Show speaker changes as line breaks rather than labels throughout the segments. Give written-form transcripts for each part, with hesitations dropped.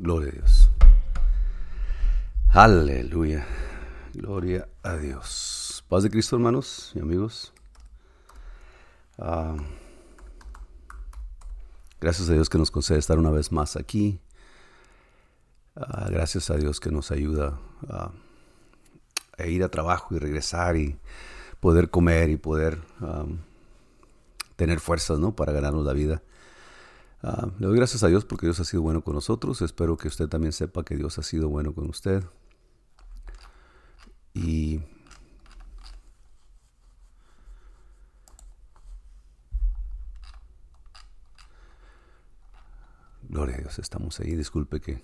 Gloria a Dios. Aleluya. Gloria a Dios. Paz de Cristo, hermanos y amigos. Gracias a Dios que nos concede estar una vez más aquí. Gracias a Dios que nos ayuda a ir a trabajo y regresar y poder comer y poder tener fuerzas, ¿no?, para ganarnos la vida. Le doy gracias a Dios porque Dios ha sido bueno con nosotros. Espero que usted también sepa que Dios ha sido bueno con usted. Y gloria a Dios, estamos ahí. Disculpe que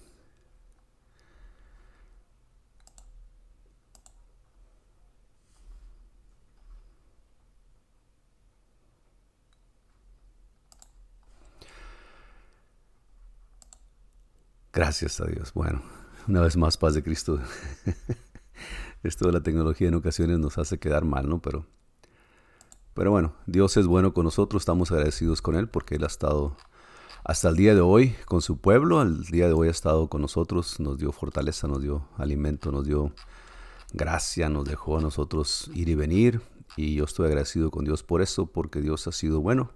gracias a Dios. Bueno, una vez más, paz de Cristo. Esto de la tecnología en ocasiones nos hace quedar mal, ¿no? Pero bueno, Dios es bueno con nosotros. Estamos agradecidos con Él porque Él ha estado hasta el día de hoy con su pueblo. El día de hoy ha estado con nosotros. Nos dio fortaleza, nos dio alimento, nos dio gracia, nos dejó a nosotros ir y venir. Y yo estoy agradecido con Dios por eso, porque Dios ha sido bueno.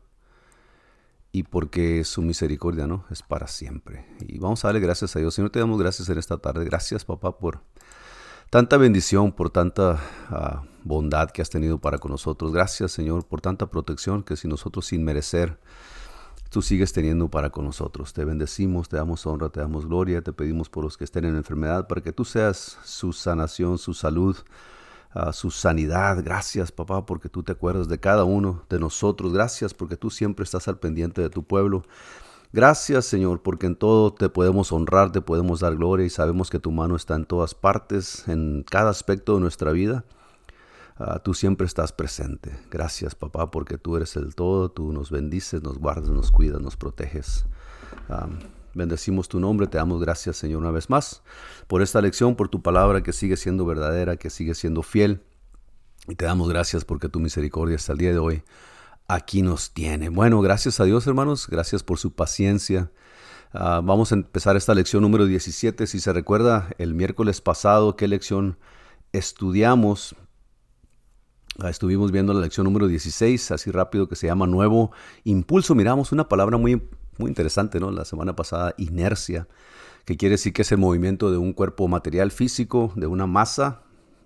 Y porque su misericordia, ¿no?, es para siempre. Y vamos a darle gracias a Dios. Señor, te damos gracias en esta tarde. Gracias, papá, por tanta bendición, por tanta bondad que has tenido para con nosotros. Gracias, Señor, por tanta protección que si nosotros sin merecer, tú sigues teniendo para con nosotros. Te bendecimos, te damos honra, te damos gloria. Te pedimos por los que estén en enfermedad para que tú seas su sanación, su salud, su sanidad. Gracias, papá, porque tú te acuerdas de cada uno de nosotros. Gracias porque tú siempre estás al pendiente de tu pueblo. Gracias, Señor, porque en todo te podemos honrar, te podemos dar gloria y sabemos que tu mano está en todas partes, en cada aspecto de nuestra vida. Tú siempre estás presente. Gracias, papá, porque tú eres el todo. Tú nos bendices, nos guardas, nos cuidas, nos proteges. Bendecimos tu nombre, te damos gracias, Señor, una vez más por esta lección, por tu palabra que sigue siendo verdadera, que sigue siendo fiel. Y te damos gracias porque tu misericordia hasta el día de hoy aquí nos tiene. Bueno, gracias a Dios, hermanos. Gracias por su paciencia. Vamos a empezar esta lección número 17. Si se recuerda, el miércoles pasado, ¿qué lección estudiamos? Estuvimos viendo la lección número 16, así rápido, que se llama Nuevo Impulso. Miramos una palabra muy interesante, ¿no? La semana pasada, inercia, que quiere decir que es el movimiento de un cuerpo material físico, de una masa,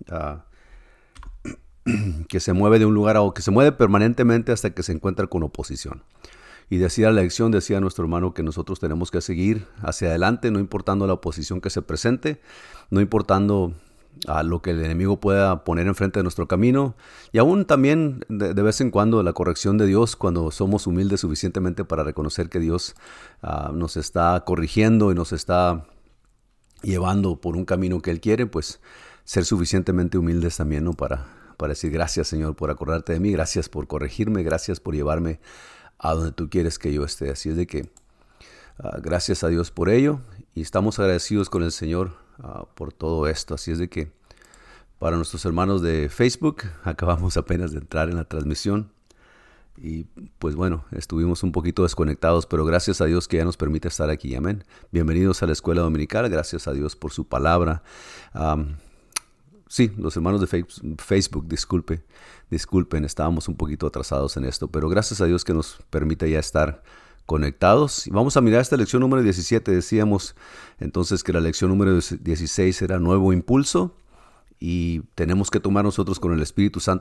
que se mueve de un lugar a otro, que se mueve permanentemente hasta que se encuentra con oposición. Y decía la lección, decía nuestro hermano, que nosotros tenemos que seguir hacia adelante, no importando la oposición que se presente, no importando a lo que el enemigo pueda poner enfrente de nuestro camino, y aún también de vez en cuando la corrección de Dios, cuando somos humildes suficientemente para reconocer que Dios nos está corrigiendo y nos está llevando por un camino que Él quiere, pues ser suficientemente humildes también, ¿no?, para decir gracias, Señor, por acordarte de mí, gracias por corregirme, gracias por llevarme a donde tú quieres que yo esté. Así es de que gracias a Dios por ello, y estamos agradecidos con el Señor por todo esto. Así es de que para nuestros hermanos de Facebook, acabamos apenas de entrar en la transmisión y pues bueno, estuvimos un poquito desconectados, pero gracias a Dios que ya nos permite estar aquí. Amén. Bienvenidos a la escuela dominical. Gracias a Dios por su palabra. Sí, los hermanos de Facebook, disculpen, estábamos un poquito atrasados en esto, pero gracias a Dios que nos permite ya estar conectados. Y vamos a mirar esta lección número 17. Decíamos entonces que la lección número 16 era Nuevo Impulso, y tenemos que tomar nosotros con el Espíritu Santo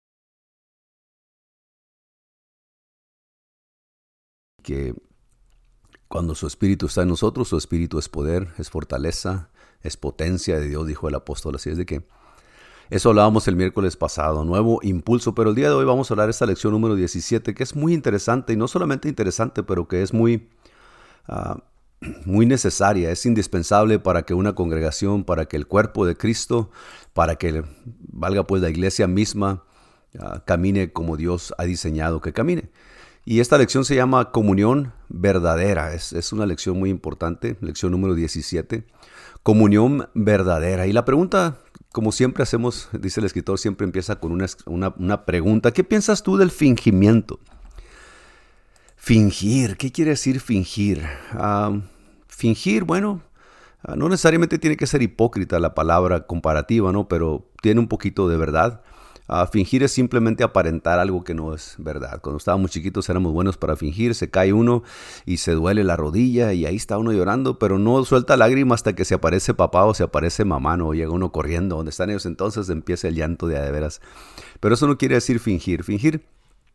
que cuando su Espíritu está en nosotros, su Espíritu es poder, es fortaleza, es potencia de Dios, dijo el apóstol. Así es de que eso hablábamos el miércoles pasado, Nuevo Impulso, pero el día de hoy vamos a hablar de esta lección número 17, que es muy interesante, y no solamente interesante, pero que es muy necesaria, es indispensable para que una congregación, para que el cuerpo de Cristo, para que valga pues la iglesia misma, camine como Dios ha diseñado que camine. Y esta lección se llama Comunión Verdadera. Es una lección muy importante, lección número 17, Comunión Verdadera. Y la pregunta, como siempre hacemos, dice el escritor, siempre empieza con una pregunta. ¿Qué piensas tú del fingimiento? Fingir, ¿qué quiere decir fingir? Fingir, bueno, No necesariamente tiene que ser hipócrita la palabra comparativa, ¿no? Pero tiene un poquito de verdad. Fingir es simplemente aparentar algo que no es verdad. Cuando estábamos chiquitos éramos buenos para fingir, se cae uno y se duele la rodilla y ahí está uno llorando, pero no suelta lágrima hasta que se aparece papá o se aparece mamá, ¿no? O llega uno corriendo, donde están ellos, entonces empieza el llanto de veras. Pero eso no quiere decir fingir. Fingir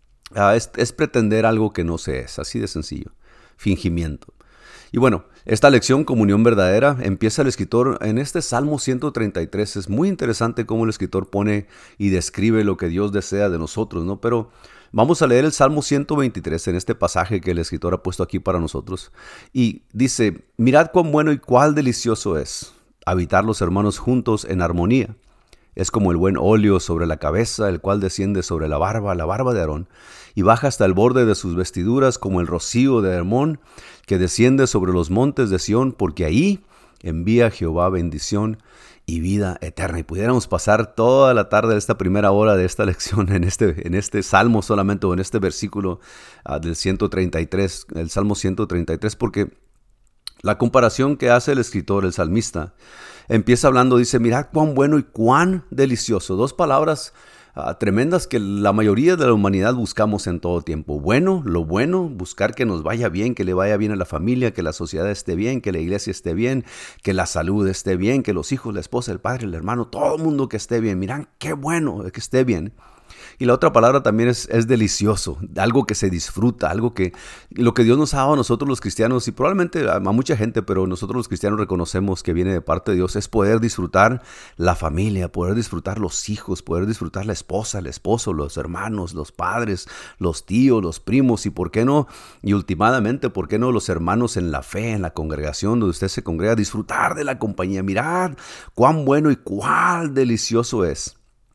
es pretender algo que no se es, así de sencillo. Fingimiento. Y bueno, esta lección, comunión verdadera, empieza el escritor en este Salmo 133. Es muy interesante cómo el escritor pone y describe lo que Dios desea de nosotros, ¿no? Pero vamos a leer el Salmo 123 en este pasaje que el escritor ha puesto aquí para nosotros. Y dice, mirad cuán bueno y cuán delicioso es habitar los hermanos juntos en armonía. Es como el buen óleo sobre la cabeza, el cual desciende sobre la barba de Aarón, y baja hasta el borde de sus vestiduras como el rocío de Hermón, que desciende sobre los montes de Sión, porque ahí envía Jehová bendición y vida eterna. Y pudiéramos pasar toda la tarde de esta primera hora de esta lección en este salmo solamente, o en este versículo del 133, el Salmo 133, porque la comparación que hace el escritor, el salmista, empieza hablando, dice, mirad cuán bueno y cuán delicioso. Dos palabras tremendas que la mayoría de la humanidad buscamos en todo tiempo. Bueno, lo bueno, buscar que nos vaya bien, que le vaya bien a la familia, que la sociedad esté bien, que la iglesia esté bien, que la salud esté bien, que los hijos, la esposa, el padre, el hermano, todo el mundo que esté bien. Mirad qué bueno que esté bien. Y la otra palabra también es delicioso, algo que se disfruta, algo que lo que Dios nos ha dado a nosotros los cristianos, y probablemente a mucha gente, pero nosotros los cristianos reconocemos que viene de parte de Dios, es poder disfrutar la familia, poder disfrutar los hijos, poder disfrutar la esposa, el esposo, los hermanos, los padres, los tíos, los primos, y por qué no, y últimamente, por qué no los hermanos en la fe, en la congregación donde usted se congrega, disfrutar de la compañía. Mirad cuán bueno y cuán delicioso es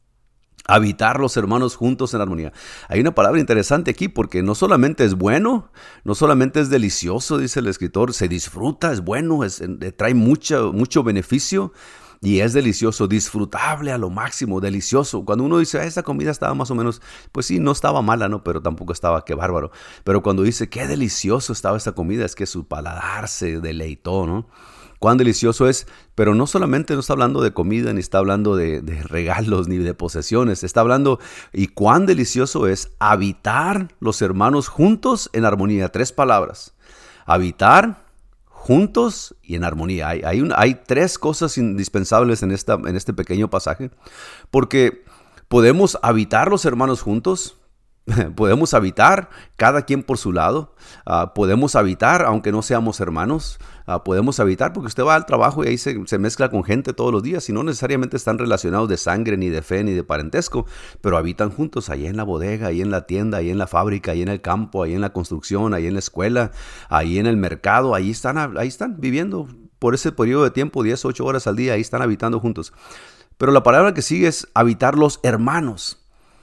habitar los hermanos juntos en armonía. Hay una palabra interesante aquí porque no solamente es bueno, no solamente es delicioso, dice el escritor, se disfruta, es bueno, trae mucho beneficio y es delicioso, disfrutable a lo máximo, delicioso. Cuando uno dice, esta comida estaba más o menos, pues sí, no estaba mala, ¿no? Pero tampoco estaba, qué bárbaro. Pero cuando dice, qué delicioso estaba esta comida, es que su paladar se deleitó, ¿no? Cuán delicioso es, pero no solamente no está hablando de comida, ni está hablando de regalos, ni de posesiones. Está hablando, y cuán delicioso es habitar los hermanos juntos en armonía. 3 palabras. Habitar juntos y en armonía. Hay 3 cosas indispensables en este pequeño pasaje, porque podemos habitar los hermanos juntos. Podemos habitar cada quien por su lado. Podemos habitar aunque no seamos hermanos. Podemos habitar porque usted va al trabajo y ahí se mezcla con gente todos los días y no necesariamente están relacionados de sangre, ni de fe, ni de parentesco, pero habitan juntos ahí en la bodega, ahí en la tienda, ahí en la fábrica, ahí en el campo, ahí en la construcción, ahí en la escuela, ahí en el mercado. Ahí están viviendo por ese periodo de tiempo, 10, 8 horas al día, ahí están habitando juntos. Pero la palabra que sigue es habitar los hermanos.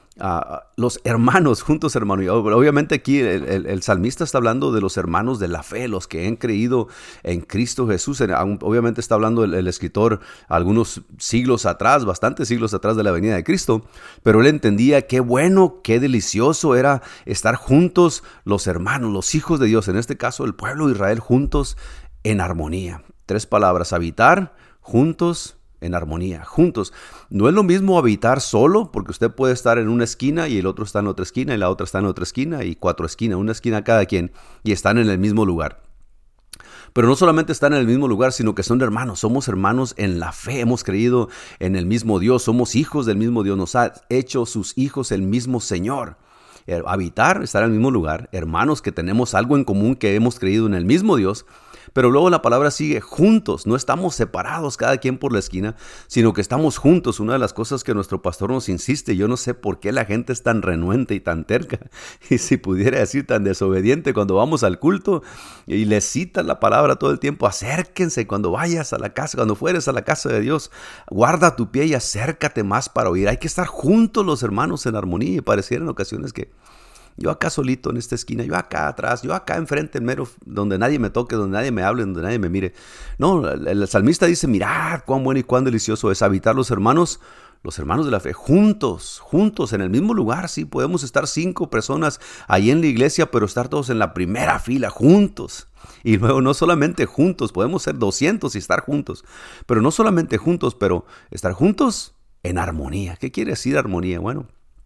Los hermanos juntos, hermano. Y obviamente aquí el salmista está hablando de los hermanos de la fe, los que han creído en Cristo Jesús. Obviamente está hablando el escritor algunos siglos atrás, bastantes siglos atrás de la venida de Cristo, pero él entendía qué bueno, qué delicioso era estar juntos los hermanos, los hijos de Dios, en este caso el pueblo de Israel, juntos en armonía. 3 palabras, habitar juntos en armonía, juntos. No es lo mismo habitar solo, porque usted puede estar en una esquina y el otro está en otra esquina y la otra está en otra esquina y 4 esquinas, una esquina cada quien, y están en el mismo lugar. Pero no solamente están en el mismo lugar, sino que son hermanos. Somos hermanos en la fe, hemos creído en el mismo Dios, somos hijos del mismo Dios, nos ha hecho sus hijos el mismo Señor. Habitar, estar en el mismo lugar, hermanos que tenemos algo en común, que hemos creído en el mismo Dios. Pero luego la palabra sigue juntos, no estamos separados cada quien por la esquina, sino que estamos juntos. Una de las cosas que nuestro pastor nos insiste, yo no sé por qué la gente es tan renuente y tan terca, y si pudiera decir tan desobediente cuando vamos al culto y les citan la palabra todo el tiempo. Acérquense cuando vayas a la casa, cuando fueres a la casa de Dios, guarda tu pie y acércate más para oír. Hay que estar juntos los hermanos en armonía, y pareciera en ocasiones que yo acá solito en esta esquina, yo acá atrás, yo acá enfrente, en mero, donde nadie me toque, donde nadie me hable, donde nadie me mire. No, el salmista dice, mirad cuán bueno y cuán delicioso es habitar los hermanos los hermanos de la fe, juntos, en el mismo lugar. Sí, podemos estar 5 personas ahí en la iglesia, pero estar todos en la primera fila, juntos. Y luego no solamente juntos, podemos ser 200 y estar juntos, pero no solamente juntos, pero estar juntos en armonía. ¿Qué quiere decir armonía? Bueno,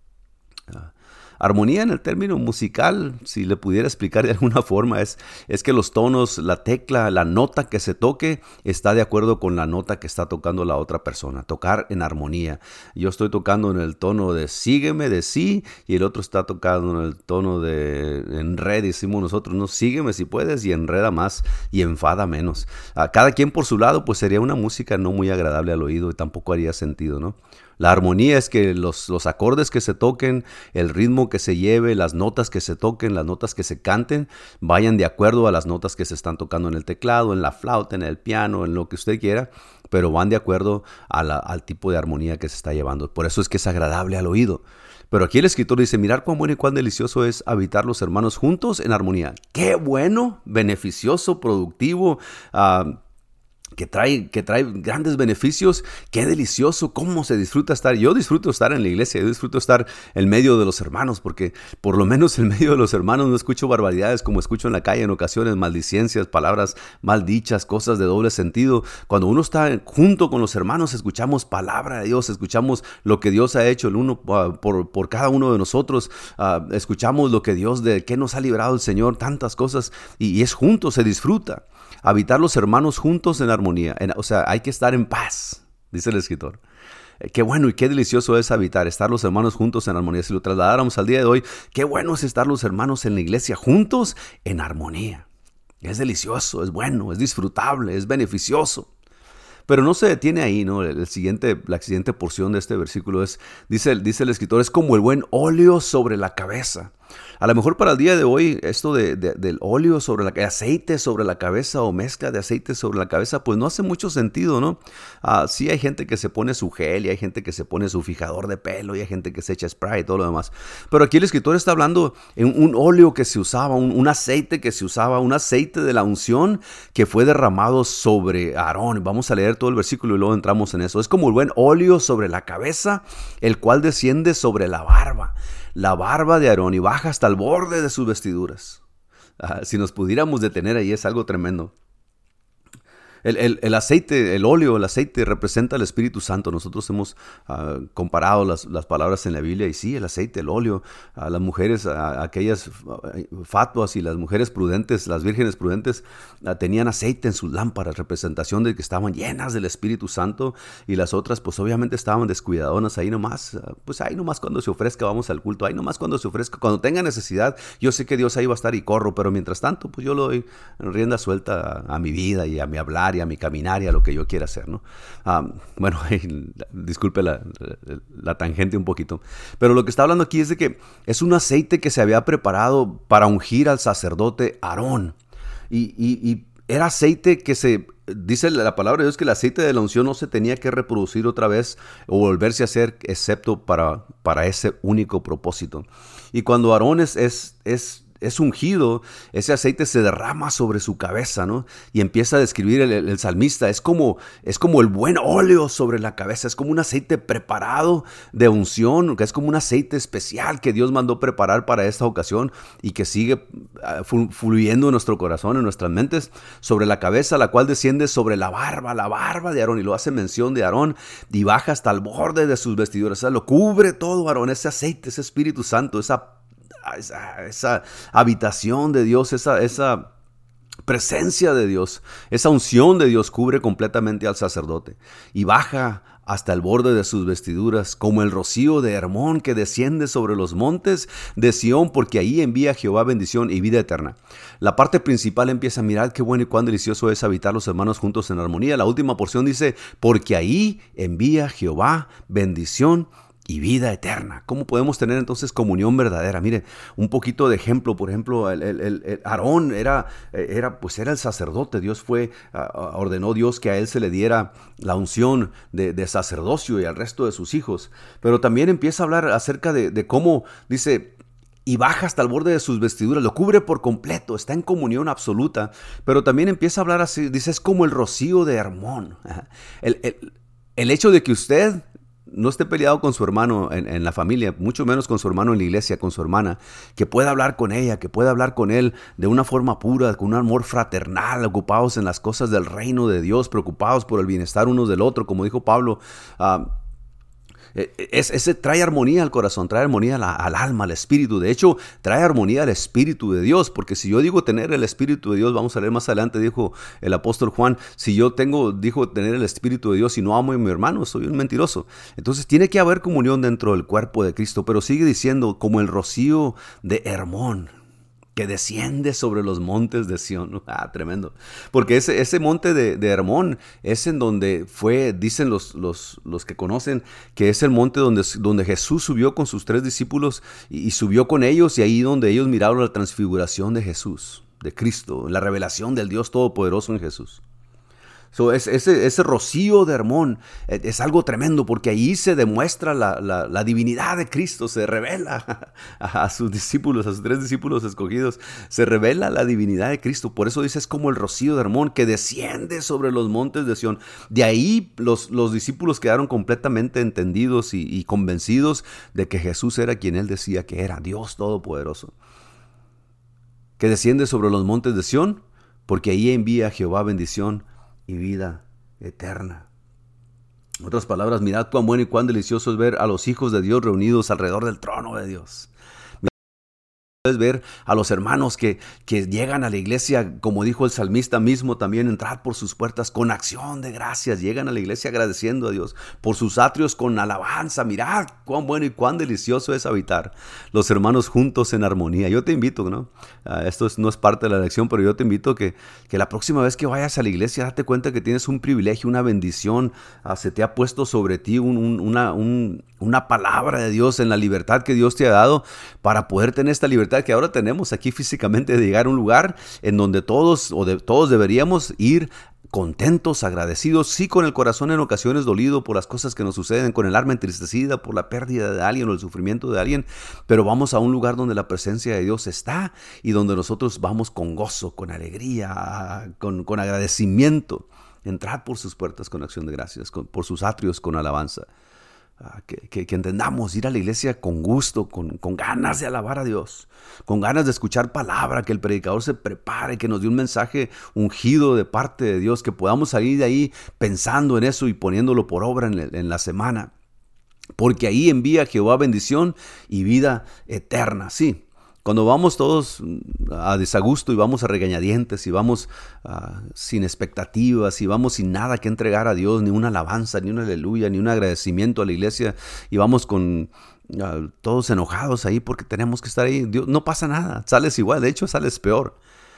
armonía en el término musical, si le pudiera explicar de alguna forma, es que los tonos, la tecla, la nota que se toque está de acuerdo con la nota que está tocando la otra persona. Tocar en armonía. Yo estoy tocando en el tono de sígueme, de sí, y el otro está tocando en el tono de enreda, decimos nosotros, no, sígueme si puedes y enreda más y enfada menos. Cada quien por su lado, pues sería una música no muy agradable al oído y tampoco haría sentido, ¿no? La armonía es que los acordes que se toquen, el ritmo que se lleve, las notas que se toquen, las notas que se canten, vayan de acuerdo a las notas que se están tocando en el teclado, en la flauta, en el piano, en lo que usted quiera, pero van de acuerdo al tipo de armonía que se está llevando. Por eso es que es agradable al oído. Pero aquí el escritor dice, mirar cuán bueno y cuán delicioso es habitar los hermanos juntos en armonía. ¡Qué bueno! Beneficioso, productivo, que trae grandes beneficios. Qué delicioso, cómo se disfruta estar. Yo disfruto estar en la iglesia, yo disfruto estar en medio de los hermanos, porque por lo menos en medio de los hermanos no escucho barbaridades como escucho en la calle en ocasiones, maldicencias, palabras mal dichas, cosas de doble sentido. Cuando uno está junto con los hermanos, escuchamos palabra de Dios, escuchamos lo que Dios ha hecho el uno por cada uno de nosotros, escuchamos lo que Dios, de qué nos ha librado el Señor, tantas cosas, y es junto, se disfruta. Habitar los hermanos juntos en armonía. O sea, hay que estar en paz, dice el escritor. Qué bueno y qué delicioso es estar los hermanos juntos en armonía. Si lo trasladáramos al día de hoy, qué bueno es estar los hermanos en la iglesia juntos en armonía. Es delicioso, es bueno, es disfrutable, es beneficioso. Pero no se detiene ahí, ¿no? La siguiente porción de este versículo dice el escritor, es como el buen óleo sobre la cabeza. A lo mejor para el día de hoy, esto del óleo aceite sobre la cabeza o mezcla de aceite sobre la cabeza, pues no hace mucho sentido, ¿no? Sí hay gente que se pone su gel y hay gente que se pone su fijador de pelo y hay gente que se echa spray y todo lo demás. Pero aquí el escritor está hablando en un óleo que se usaba, un aceite que se usaba, un aceite de la unción que fue derramado sobre Aarón. Vamos a leer todo el versículo y luego entramos en eso. Es como el buen óleo sobre la cabeza, el cual desciende sobre la barba de Aarón y baja hasta el borde de sus vestiduras. Si nos pudiéramos detener ahí, es algo tremendo. El aceite, el óleo, el aceite representa al Espíritu Santo. Nosotros hemos comparado las palabras en la Biblia y sí, el aceite, el óleo, las mujeres, aquellas fatuas y las mujeres prudentes, las vírgenes prudentes, tenían aceite en sus lámparas, representación de que estaban llenas del Espíritu Santo, y las otras pues obviamente estaban descuidadonas ahí nomás, pues ahí nomás cuando se ofrezca vamos al culto, ahí nomás cuando se ofrezca, cuando tenga necesidad, yo sé que Dios ahí va a estar y corro, pero mientras tanto pues yo le doy rienda suelta a mi vida y a mi hablar y a mi caminar y a lo que yo quiera hacer, ¿no? Bueno, disculpe la tangente un poquito, pero lo que está hablando aquí es de que es un aceite que se había preparado para ungir al sacerdote Aarón, y era aceite que dice la palabra de Dios que el aceite de la unción no se tenía que reproducir otra vez o volverse a hacer excepto para ese único propósito. Y cuando Aarón es ungido, ese aceite se derrama sobre su cabeza, ¿no? Y empieza a describir el salmista, es como el buen óleo sobre la cabeza, es como un aceite preparado de unción, que es como un aceite especial que Dios mandó preparar para esta ocasión y que sigue fluyendo en nuestro corazón, en nuestras mentes, sobre la cabeza, la cual desciende sobre la barba de Aarón, y lo hace mención de Aarón, y baja hasta el borde de sus vestiduras. O sea, lo cubre todo Aarón, ese aceite, ese Espíritu Santo, esa habitación de Dios, esa presencia de Dios, esa unción de Dios cubre completamente al sacerdote y baja hasta el borde de sus vestiduras, como el rocío de Hermón que desciende sobre los montes de Sión, porque ahí envía Jehová bendición y vida eterna. La parte principal empieza a mirar qué bueno y cuán delicioso es habitar los hermanos juntos en armonía. La última porción dice, porque ahí envía Jehová bendición y vida eterna. ¿Cómo podemos tener entonces comunión verdadera? Mire, un poquito de ejemplo. Por ejemplo, el Aarón era el sacerdote. Dios ordenó Dios que a él se le diera la unción de sacerdocio y al resto de sus hijos. Pero también empieza a hablar acerca de cómo, dice, y baja hasta el borde de sus vestiduras, lo cubre por completo, está en comunión absoluta. Pero también empieza a hablar así, dice, es como el rocío de Hermón. El hecho de que usted no esté peleado con su hermano en la familia, mucho menos con su hermano en la iglesia, con su hermana, que pueda hablar con ella, que pueda hablar con él de una forma pura, con un amor fraternal, ocupados en las cosas del reino de Dios, preocupados por el bienestar unos del otro, como dijo Pablo. Ese trae armonía al corazón, trae armonía al alma, al espíritu. De hecho, trae armonía al espíritu de Dios, porque si yo digo tener el espíritu de Dios, vamos a leer más adelante, dijo el apóstol Juan, si yo dijo tener el espíritu de Dios y no amo a mi hermano, soy un mentiroso. Entonces tiene que haber comunión dentro del cuerpo de Cristo, pero sigue diciendo, como el rocío de Hermón, que desciende sobre los montes de Sión. Tremendo. Porque ese monte de Hermón es en donde fue, dicen los que conocen, que es el monte donde Jesús subió con sus 3 discípulos y subió con ellos, y ahí donde ellos miraron la transfiguración de Jesús, de Cristo, la revelación del Dios Todopoderoso en Jesús. Ese rocío de Hermón es algo tremendo, porque ahí se demuestra la divinidad de Cristo, se revela a sus discípulos, a sus 3 discípulos escogidos, se revela la divinidad de Cristo. Por eso dice, es como el rocío de Hermón que desciende sobre los montes de Sión. De ahí los discípulos quedaron completamente entendidos y convencidos de que Jesús era quien él decía que era, Dios Todopoderoso. Que desciende sobre los montes de Sión, porque ahí envía a Jehová bendición y vida eterna. En otras palabras, mirad cuán bueno y cuán delicioso es ver a los hijos de Dios reunidos alrededor del trono de Dios. Puedes ver a los hermanos que llegan a la iglesia, como dijo el salmista mismo también, entrad por sus puertas con acción de gracias. Llegan a la iglesia agradeciendo a Dios, por sus atrios con alabanza. Mirad cuán bueno y cuán delicioso es habitar los hermanos juntos en armonía. Yo te invito, ¿no? Esto no es parte de la lección, pero yo te invito que la próxima vez que vayas a la iglesia, date cuenta que tienes un privilegio, una bendición. Se te ha puesto sobre ti una palabra de Dios en la libertad que Dios te ha dado para poder tener esta libertad que ahora tenemos aquí físicamente, de llegar a un lugar en donde todos deberíamos ir contentos, agradecidos, sí, con el corazón en ocasiones dolido por las cosas que nos suceden, con el alma entristecida por la pérdida de alguien o el sufrimiento de alguien, pero vamos a un lugar donde la presencia de Dios está y donde nosotros vamos con gozo, con alegría, con agradecimiento. Entrad por sus puertas con acción de gracias, por sus atrios con alabanza. Que entendamos ir a la iglesia con gusto, con ganas de alabar a Dios, con ganas de escuchar palabra, que el predicador se prepare, que nos dé un mensaje ungido de parte de Dios, que podamos salir de ahí pensando en eso y poniéndolo por obra en la semana, porque ahí envía Jehová bendición y vida eterna. Sí, cuando vamos todos a desagusto y vamos a regañadientes y vamos sin expectativas y vamos sin nada que entregar a Dios, ni una alabanza, ni una aleluya, ni un agradecimiento a la iglesia, y vamos con todos enojados ahí porque tenemos que estar ahí, Dios, no pasa nada, sales igual, de hecho sales peor.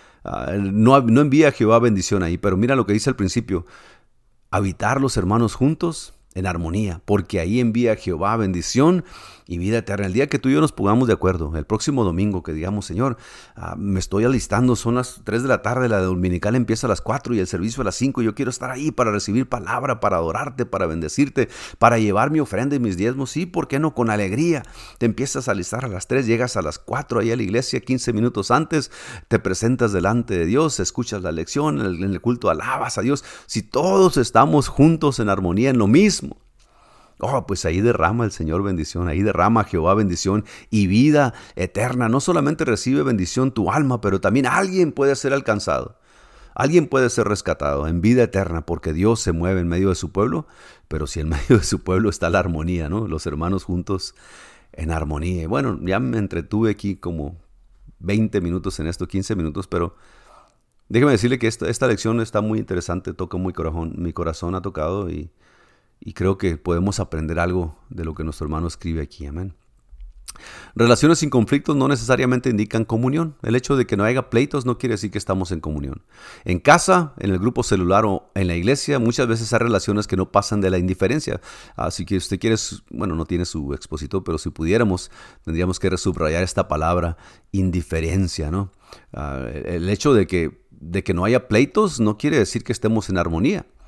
No envía Jehová bendición ahí, pero mira lo que dice al principio: habitar los hermanos juntos en armonía, porque ahí envía Jehová bendición y vida eterna. El día que tú y yo nos pongamos de acuerdo, el próximo domingo, que digamos, Señor, me estoy alistando, son las 3 de la tarde, la dominical empieza a las 4 y el servicio a las 5, yo quiero estar ahí para recibir palabra, para adorarte, para bendecirte, para llevar mi ofrenda y mis diezmos. Sí, ¿por qué no? Con alegría. Te empiezas a alistar a las 3, llegas a las 4 ahí a la iglesia, 15 minutos antes, te presentas delante de Dios, escuchas la lección, en el culto alabas a Dios. Si todos estamos juntos en armonía, en lo mismo, pues ahí derrama el Señor bendición, ahí derrama Jehová bendición y vida eterna. No solamente recibe bendición tu alma, pero también alguien puede ser alcanzado, alguien puede ser rescatado en vida eterna, porque Dios se mueve en medio de su pueblo. Pero si en medio de su pueblo está la armonía, ¿no? Los hermanos juntos en armonía. Y bueno, ya me entretuve aquí como 20 minutos en esto, 15 minutos, pero déjeme decirle que esta lección está muy interesante, toca mi corazón ha tocado, y creo que podemos aprender algo de lo que nuestro hermano escribe aquí. Amén. Relaciones sin conflictos no necesariamente indican comunión. El hecho de que no haya pleitos no quiere decir que estamos en comunión. En casa, en el grupo celular o en la iglesia, muchas veces hay relaciones que no pasan de la indiferencia. Así que usted quiere, no tiene su expositor, pero si pudiéramos, tendríamos que subrayar esta palabra, indiferencia, ¿no? El hecho de que no haya pleitos no quiere decir que estemos en armonía.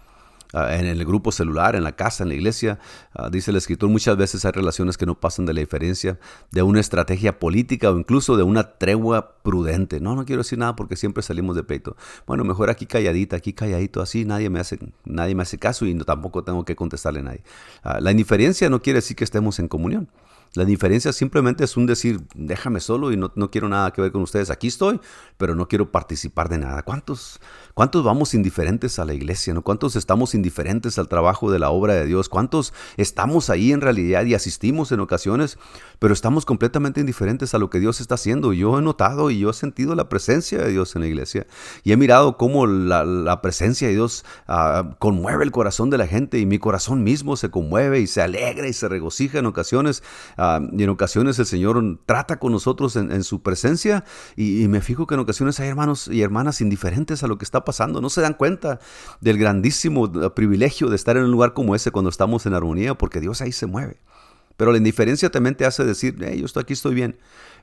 en el grupo celular, en la casa, en la iglesia. Dice el escritor, muchas veces hay relaciones que no pasan de la diferencia de una estrategia política o incluso de una tregua prudente. No quiero decir nada porque siempre salimos de pleito. Bueno, mejor aquí calladita, aquí calladito, así nadie me hace caso y tampoco tengo que contestarle a nadie. La indiferencia no quiere decir que estemos en comunión. La indiferencia simplemente es un decir, déjame solo y no quiero nada que ver con ustedes. Aquí estoy, pero no quiero participar de nada. ¿Cuántos vamos indiferentes a la iglesia? ¿No? ¿Cuántos estamos indiferentes al trabajo de la obra de Dios? ¿Cuántos estamos ahí en realidad y asistimos en ocasiones, pero estamos completamente indiferentes a lo que Dios está haciendo? Yo he notado y yo he sentido la presencia de Dios en la iglesia y he mirado cómo la presencia de Dios conmueve el corazón de la gente y mi corazón mismo se conmueve y se alegra y se regocija en ocasiones. Y en ocasiones el Señor trata con nosotros en su presencia y me fijo que en ocasiones hay hermanos y hermanas indiferentes a lo que está pasando. No se dan cuenta del grandísimo privilegio de estar en un lugar como ese cuando estamos en armonía, porque Dios ahí se mueve. Pero la indiferencia también te hace decir, yo aquí estoy bien.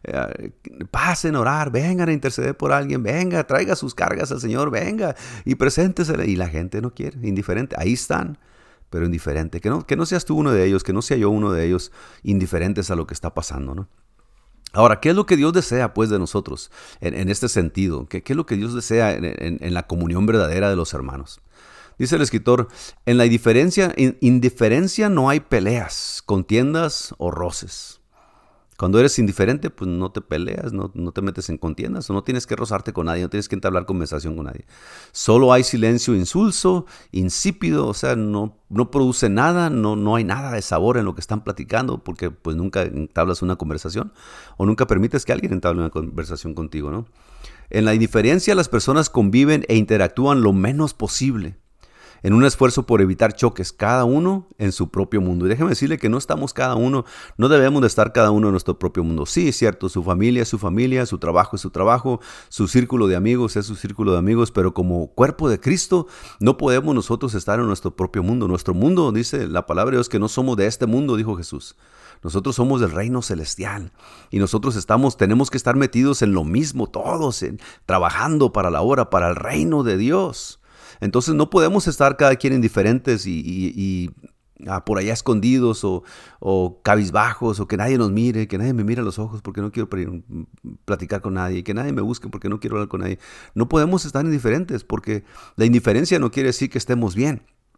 Pasen a orar, vengan a interceder por alguien, venga, traiga sus cargas al Señor, venga y preséntesele. Y la gente no quiere, indiferente. Ahí están, pero indiferente. Que no seas tú uno de ellos, que no sea yo uno de ellos, indiferentes a lo que está pasando, ¿no? Ahora, ¿qué es lo que Dios desea pues de nosotros en este sentido? ¿Qué es lo que Dios desea en la comunión verdadera de los hermanos? Dice el escritor, en la indiferencia no hay peleas, contiendas o roces. Cuando eres indiferente, pues no te peleas, no te metes en contiendas, o no tienes que rozarte con nadie, no tienes que entablar conversación con nadie. Solo hay silencio insulso, insípido, o sea, no produce nada, no hay nada de sabor en lo que están platicando, porque pues nunca entablas una conversación, o nunca permites que alguien entable una conversación contigo, ¿no? En la indiferencia las personas conviven e interactúan lo menos posible, en un esfuerzo por evitar choques, cada uno en su propio mundo. Y déjeme decirle que no debemos de estar cada uno en nuestro propio mundo. Sí, es cierto, su familia es su familia, su trabajo es su trabajo, su círculo de amigos es su círculo de amigos, pero como cuerpo de Cristo no podemos nosotros estar en nuestro propio mundo. Nuestro mundo, dice la palabra de Dios, que no somos de este mundo, dijo Jesús. Nosotros somos del reino celestial y nosotros tenemos que estar metidos en lo mismo, todos, trabajando para la obra, para el reino de Dios. Entonces no podemos estar cada quien indiferentes y por allá escondidos o cabizbajos, o que nadie nos mire, que nadie me mire a los ojos porque no quiero platicar con nadie, que nadie me busque porque no quiero hablar con nadie. No podemos estar indiferentes porque la indiferencia no quiere decir que estemos bien.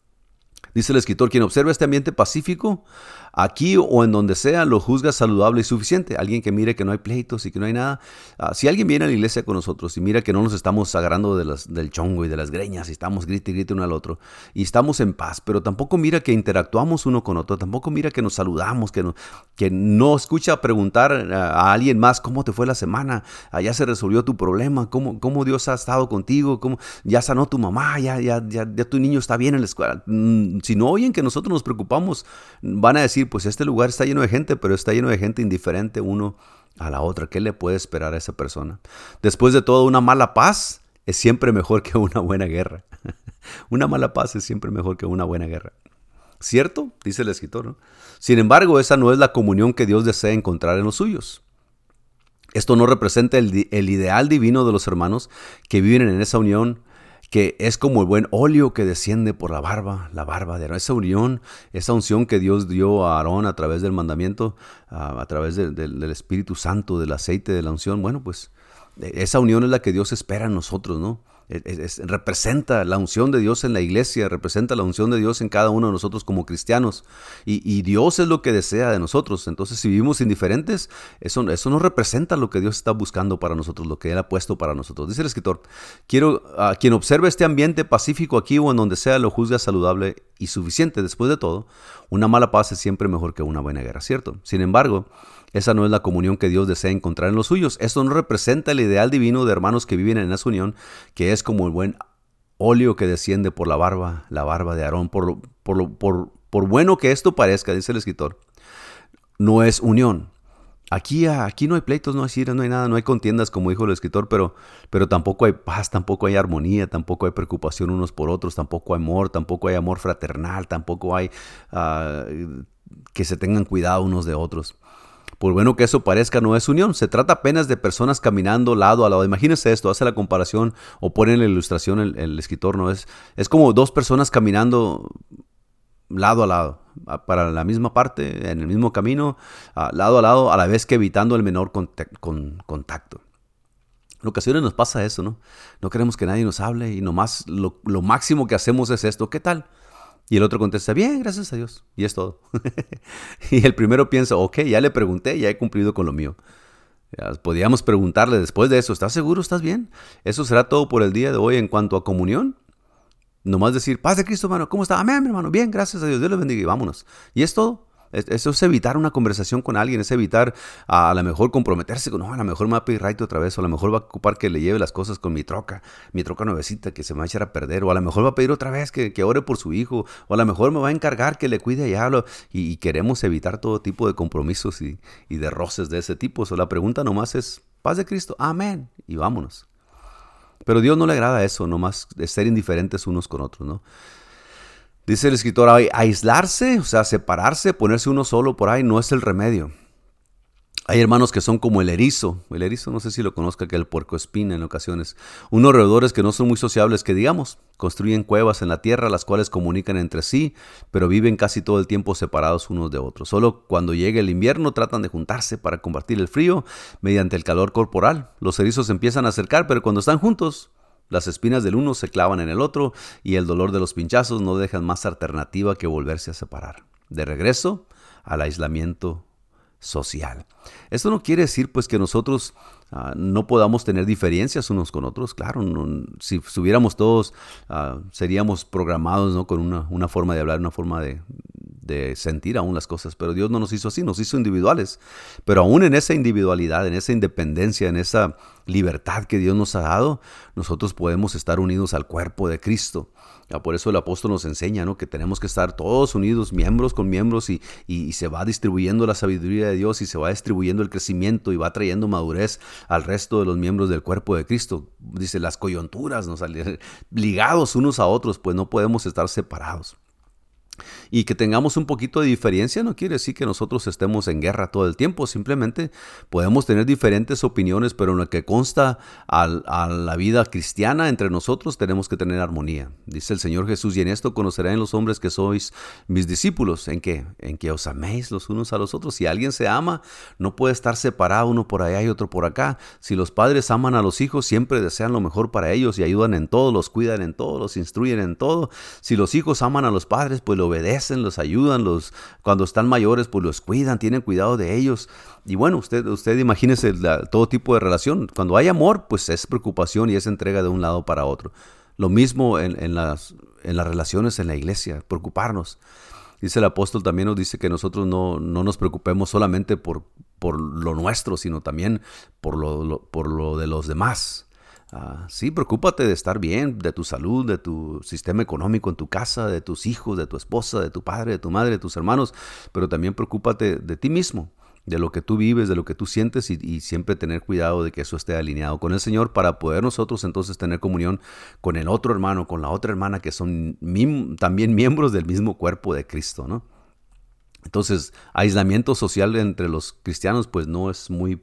Dice el escritor, quien observa este ambiente pacífico, aquí o en donde sea, lo juzga saludable y suficiente. Alguien que mire que no hay pleitos y que no hay nada. Si alguien viene a la iglesia con nosotros y mira que no nos estamos agarrando del chongo y de las greñas y estamos grite y grite uno al otro y estamos en paz, pero tampoco mira que interactuamos uno con otro, tampoco mira que nos saludamos, que no escucha preguntar a alguien más cómo te fue la semana, ya se resolvió tu problema, cómo Dios ha estado contigo, cómo ya sanó tu mamá, ya tu niño está bien en la escuela. Si no oyen que nosotros nos preocupamos, van a decir, pues este lugar está lleno de gente, pero está lleno de gente indiferente uno a la otra. ¿Qué le puede esperar a esa persona? Después de todo, una mala paz es siempre mejor que una buena guerra. Una mala paz es siempre mejor que una buena guerra. ¿Cierto? Dice el escritor, ¿no? Sin embargo, esa no es la comunión que Dios desea encontrar en los suyos. Esto no representa el ideal divino de los hermanos que viven en esa unión, que es como el buen óleo que desciende por la barba de Aarón. Esa unción que Dios dio a Aarón a través del mandamiento, a través del Espíritu Santo, del aceite de la unción. Bueno, pues esa unión es la que Dios espera en nosotros, ¿no? Representa la unción de Dios en la iglesia, representa la unción de Dios en cada uno de nosotros como cristianos, y Dios es lo que desea de nosotros. Entonces, si vivimos indiferentes, eso no representa lo que Dios está buscando para nosotros, lo que Él ha puesto para nosotros. Dice el escritor, quien observe este ambiente pacífico aquí o en donde sea, lo juzga saludable y suficiente. Después de todo, una mala paz es siempre mejor que una buena guerra, ¿cierto? Sin embargo, esa no es la comunión que Dios desea encontrar en los suyos. Esto no representa el ideal divino de hermanos que viven en esa unión, que es como el buen óleo que desciende por la barba de Aarón. Por bueno que esto parezca, dice el escritor, no es unión. Aquí no hay pleitos, no hay iras, no hay nada, no hay contiendas, como dijo el escritor, pero tampoco hay paz, tampoco hay armonía, tampoco hay preocupación unos por otros, tampoco hay amor fraternal, tampoco hay que se tengan cuidado unos de otros. Por bueno que eso parezca, no es unión. Se trata apenas de personas caminando lado a lado. Imagínense esto, hace la comparación o pone en la ilustración el escritor, ¿no? Es como dos personas caminando lado a lado, para la misma parte, en el mismo camino, lado a lado, a la vez que evitando el menor contacto. En ocasiones nos pasa eso, ¿no? No queremos que nadie nos hable y nomás lo máximo que hacemos es esto. ¿Qué tal? Y el otro contesta, bien, gracias a Dios. Y es todo. Y el primero piensa, ok, ya le pregunté, ya he cumplido con lo mío. Ya podríamos preguntarle después de eso, ¿estás seguro? ¿Estás bien? Eso será todo por el día de hoy en cuanto a comunión. Nomás decir, paz de Cristo, hermano, ¿cómo está? Amén, hermano, bien, gracias a Dios, Dios le bendiga y vámonos. Y es todo. Eso es evitar una conversación con alguien, es evitar a lo mejor comprometerse con, no, a lo mejor me va a pedir right otra vez, o a lo mejor va a ocupar que le lleve las cosas con mi troca nuevecita que se me va a echar a perder, o a lo mejor va a pedir otra vez que ore por su hijo, o a lo mejor me va a encargar que le cuide allá, y queremos evitar todo tipo de compromisos y de roces de ese tipo. La pregunta nomás es, paz de Cristo, amén, y vámonos. Pero a Dios no le agrada eso, nomás de ser indiferentes unos con otros, ¿no? Dice el escritor, aislarse, o sea, separarse, ponerse uno solo por ahí no es el remedio. Hay hermanos que son como el erizo. El erizo, no sé si lo conozca, que es el puercoespín en ocasiones. Unos roedores que no son muy sociables, que digamos, construyen cuevas en la tierra, las cuales comunican entre sí, pero viven casi todo el tiempo separados unos de otros. Solo cuando llegue el invierno tratan de juntarse para combatir el frío mediante el calor corporal. Los erizos se empiezan a acercar, pero cuando están juntos, las espinas del uno se clavan en el otro y el dolor de los pinchazos no dejan más alternativa que volverse a separar. De regreso al aislamiento social. Esto no quiere decir pues que nosotros no podamos tener diferencias unos con otros. Claro, si estuviéramos todos, seríamos programados, ¿no? Con una forma de hablar, una forma de sentir aún las cosas, pero Dios no nos hizo así, nos hizo individuales. Pero aún en esa individualidad, en esa independencia, en esa libertad que Dios nos ha dado, nosotros podemos estar unidos al cuerpo de Cristo. Por eso el apóstol nos enseña, ¿no? Que tenemos que estar todos unidos, miembros con miembros, y se va distribuyendo la sabiduría de Dios y se va distribuyendo el crecimiento y va trayendo madurez al resto de los miembros del cuerpo de Cristo. Dice, las coyunturas, ¿no? Ligados unos a otros, pues no podemos estar separados. Y que tengamos un poquito de diferencia no quiere decir que nosotros estemos en guerra todo el tiempo. Simplemente podemos tener diferentes opiniones, pero en lo que consta a la vida cristiana entre nosotros tenemos que tener armonía. Dice el Señor Jesús, y en esto conocerán los hombres que sois mis discípulos. ¿En qué? En que os améis los unos a los otros. Si alguien se ama, no puede estar separado uno por allá y otro por acá. Si los padres aman a los hijos, siempre desean lo mejor para ellos y ayudan en todo, los cuidan en todo, los instruyen en todo. Si los hijos aman a los padres, pues lo obedecen, los ayudan, cuando están mayores, pues los cuidan, tienen cuidado de ellos. Y bueno, usted imagínese todo tipo de relación. Cuando hay amor, pues es preocupación y es entrega de un lado para otro. Lo mismo en las relaciones en la iglesia, preocuparnos. Dice el apóstol, también nos dice que nosotros no nos preocupemos solamente por lo nuestro, sino también por lo de los demás. Sí, preocúpate de estar bien, de tu salud, de tu sistema económico en tu casa, de tus hijos, de tu esposa, de tu padre, de tu madre, de tus hermanos, pero también preocúpate de ti mismo, de lo que tú vives, de lo que tú sientes y siempre tener cuidado de que eso esté alineado con el Señor para poder nosotros entonces tener comunión con el otro hermano, con la otra hermana que son también miembros del mismo cuerpo de Cristo, ¿no? Entonces, aislamiento social entre los cristianos pues no es muy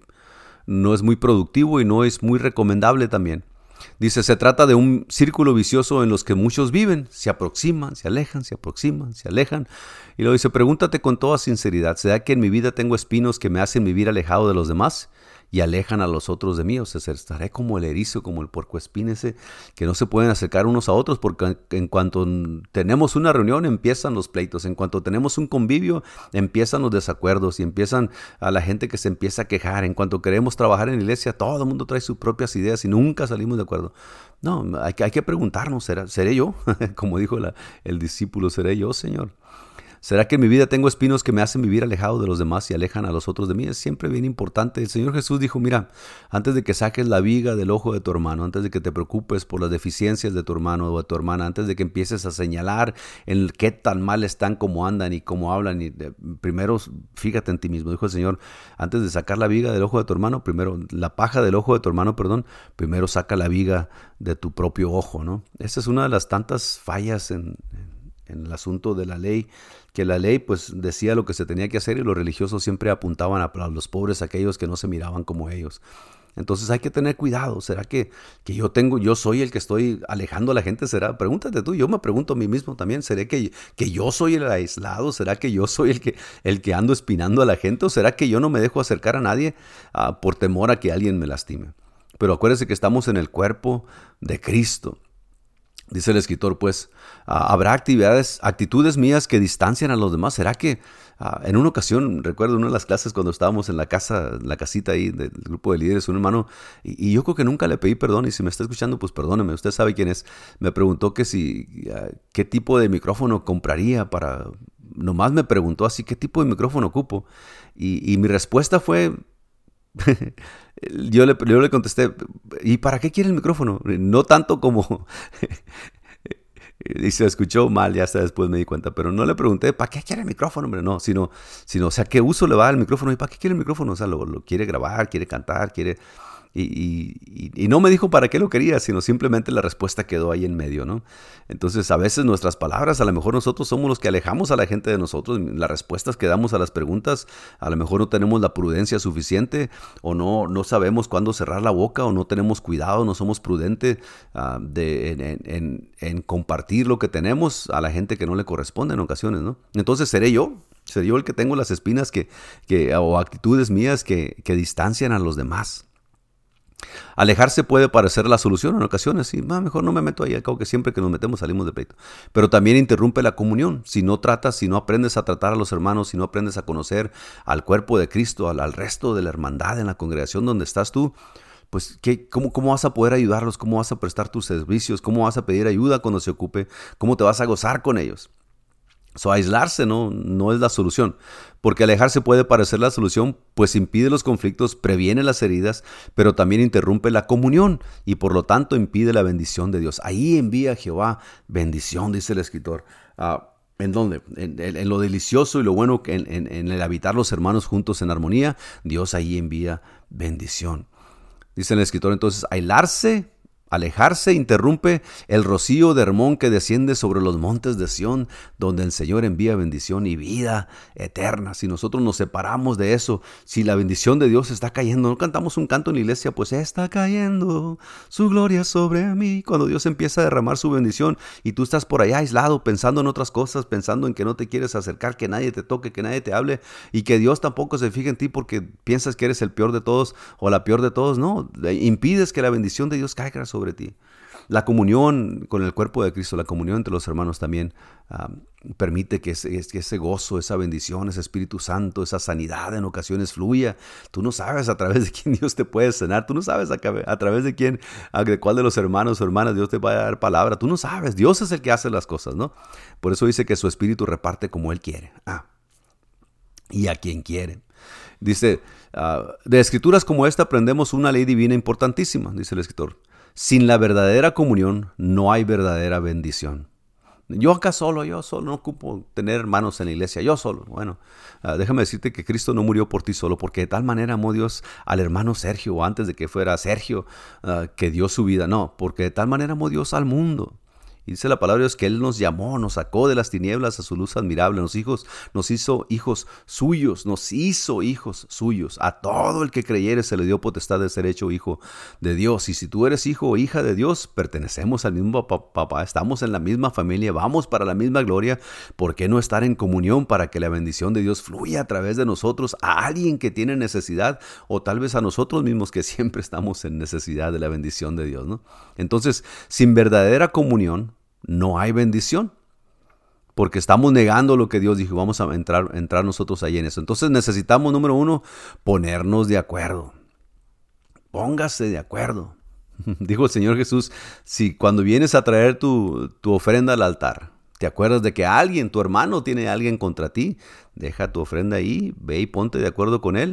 productivo y no es muy recomendable también. Dice, se trata de un círculo vicioso en los que muchos viven, se aproximan, se alejan, se aproximan, se alejan. Y luego dice, pregúntate con toda sinceridad, ¿será que en mi vida tengo espinos que me hacen vivir alejado de los demás y alejan a los otros de mí? O sea, estaré como el erizo, como el puercoespín ese, que no se pueden acercar unos a otros porque en cuanto tenemos una reunión empiezan los pleitos, en cuanto tenemos un convivio empiezan los desacuerdos y empiezan a la gente que se empieza a quejar. En cuanto queremos trabajar en la iglesia, todo el mundo trae sus propias ideas y nunca salimos de acuerdo. No, hay que preguntarnos, ¿seré yo? Como dijo el discípulo, ¿seré yo, Señor? ¿Será que en mi vida tengo espinos que me hacen vivir alejado de los demás y alejan a los otros de mí? Es siempre bien importante. El Señor Jesús dijo, mira, antes de que saques la viga del ojo de tu hermano, antes de que te preocupes por las deficiencias de tu hermano o de tu hermana, antes de que empieces a señalar en qué tan mal están, cómo andan y cómo hablan, primero fíjate en ti mismo. Dijo el Señor, antes de sacar la viga del ojo de tu hermano, la paja del ojo de tu hermano, primero saca la viga de tu propio ojo, ¿no? Esa es una de las tantas fallas en en el asunto de la ley, que la ley pues decía lo que se tenía que hacer y los religiosos siempre apuntaban a los pobres, a aquellos que no se miraban como ellos. Entonces hay que tener cuidado. ¿Será que yo soy el que estoy alejando a la gente? ¿Será? Pregúntate tú. Yo me pregunto a mí mismo también. ¿Será que yo soy el aislado? ¿Será que yo soy el que ando espinando a la gente? ¿O será que yo no me dejo acercar a nadie por temor a que alguien me lastime? Pero acuérdese que estamos en el cuerpo de Cristo. Dice el escritor, pues, habrá actitudes mías que distancian a los demás. ¿Será que en una ocasión, recuerdo una de las clases cuando estábamos en la casita ahí del grupo de líderes, un hermano, y yo creo que nunca le pedí perdón, y si me está escuchando, pues perdóneme, usted sabe quién es, me preguntó qué tipo de micrófono compraría nomás me preguntó así, ¿qué tipo de micrófono ocupo? Y mi respuesta fue... Yo le contesté, ¿y para qué quiere el micrófono? No tanto como... Y se escuchó mal, ya hasta después me di cuenta, pero no le pregunté, ¿para qué quiere el micrófono, hombre? No, sino, o sea, ¿qué uso le va al micrófono? ¿Y para qué quiere el micrófono? O sea, lo quiere grabar, quiere cantar, quiere... Y no me dijo para qué lo quería, sino simplemente la respuesta quedó ahí en medio, ¿no? Entonces, a veces nuestras palabras, a lo mejor nosotros somos los que alejamos a la gente de nosotros. Las respuestas que damos a las preguntas, a lo mejor no tenemos la prudencia suficiente, o no sabemos cuándo cerrar la boca, o no tenemos cuidado, no somos prudentes en compartir lo que tenemos a la gente que no le corresponde en ocasiones, ¿no? Entonces, ¿seré yo el que tengo las espinas o actitudes mías que distancian a los demás? Alejarse puede parecer la solución en ocasiones, y mejor no me meto ahí, al cabo que siempre que nos metemos salimos de pleito. Pero también interrumpe la comunión. Si no aprendes a tratar a los hermanos, si no aprendes a conocer al cuerpo de Cristo, al resto de la hermandad en la congregación donde estás tú, pues ¿cómo vas a poder ayudarlos? ¿Cómo vas a prestar tus servicios? ¿Cómo vas a pedir ayuda cuando se ocupe? ¿Cómo te vas a gozar con ellos? Aislarse no es la solución, porque alejarse puede parecer la solución, pues impide los conflictos, previene las heridas, pero también interrumpe la comunión y por lo tanto impide la bendición de Dios. Ahí envía Jehová bendición, dice el escritor. ¿En dónde? En lo delicioso y lo bueno, en el habitar los hermanos juntos en armonía, Dios ahí envía bendición. Dice el escritor entonces, alejarse interrumpe el rocío de Hermón que desciende sobre los montes de Sión, donde el Señor envía bendición y vida eterna. Si nosotros nos separamos de eso, si la bendición de Dios está cayendo, no cantamos un canto en la iglesia, pues está cayendo su gloria sobre mí. Cuando Dios empieza a derramar su bendición y tú estás por allá aislado, pensando en otras cosas, pensando en que no te quieres acercar, que nadie te toque, que nadie te hable y que Dios tampoco se fije en ti porque piensas que eres el peor de todos o la peor de todos, no, impides que la bendición de Dios caiga sobre ti. La comunión con el cuerpo de Cristo, la comunión entre los hermanos también permite que ese gozo, esa bendición, ese Espíritu Santo, esa sanidad en ocasiones fluya. Tú no sabes a través de quién Dios te puede sanar, tú no sabes a través de cuál de los hermanos o hermanas Dios te va a dar palabra, tú no sabes, Dios es el que hace las cosas, ¿no? Por eso dice que su Espíritu reparte como Él quiere y a quien quiere. Dice, de escrituras como esta aprendemos una ley divina importantísima, dice el escritor. Sin la verdadera comunión no hay verdadera bendición. Yo solo no ocupo tener hermanos en la iglesia, yo solo. Bueno, déjame decirte que Cristo no murió por ti solo, porque de tal manera amó Dios al hermano Sergio, o antes de que fuera Sergio, que dio su vida. No, porque de tal manera amó Dios al mundo. Y dice la palabra de Dios que Él nos llamó, nos sacó de las tinieblas a su luz admirable, nos hizo hijos suyos. A todo el que creyere se le dio potestad de ser hecho hijo de Dios. Y si tú eres hijo o hija de Dios, pertenecemos al mismo papá, estamos en la misma familia, vamos para la misma gloria. ¿Por qué no estar en comunión para que la bendición de Dios fluya a través de nosotros a alguien que tiene necesidad, o tal vez a nosotros mismos que siempre estamos en necesidad de la bendición de Dios, ¿no? Entonces, sin verdadera comunión, no hay bendición, porque estamos negando lo que Dios dijo. Vamos a entrar nosotros ahí en eso. Entonces necesitamos, número 1, ponernos de acuerdo. Póngase de acuerdo. Dijo el Señor Jesús, si cuando vienes a traer tu ofrenda al altar, te acuerdas de que tu hermano tiene a alguien contra ti, deja tu ofrenda ahí, ve y ponte de acuerdo con él.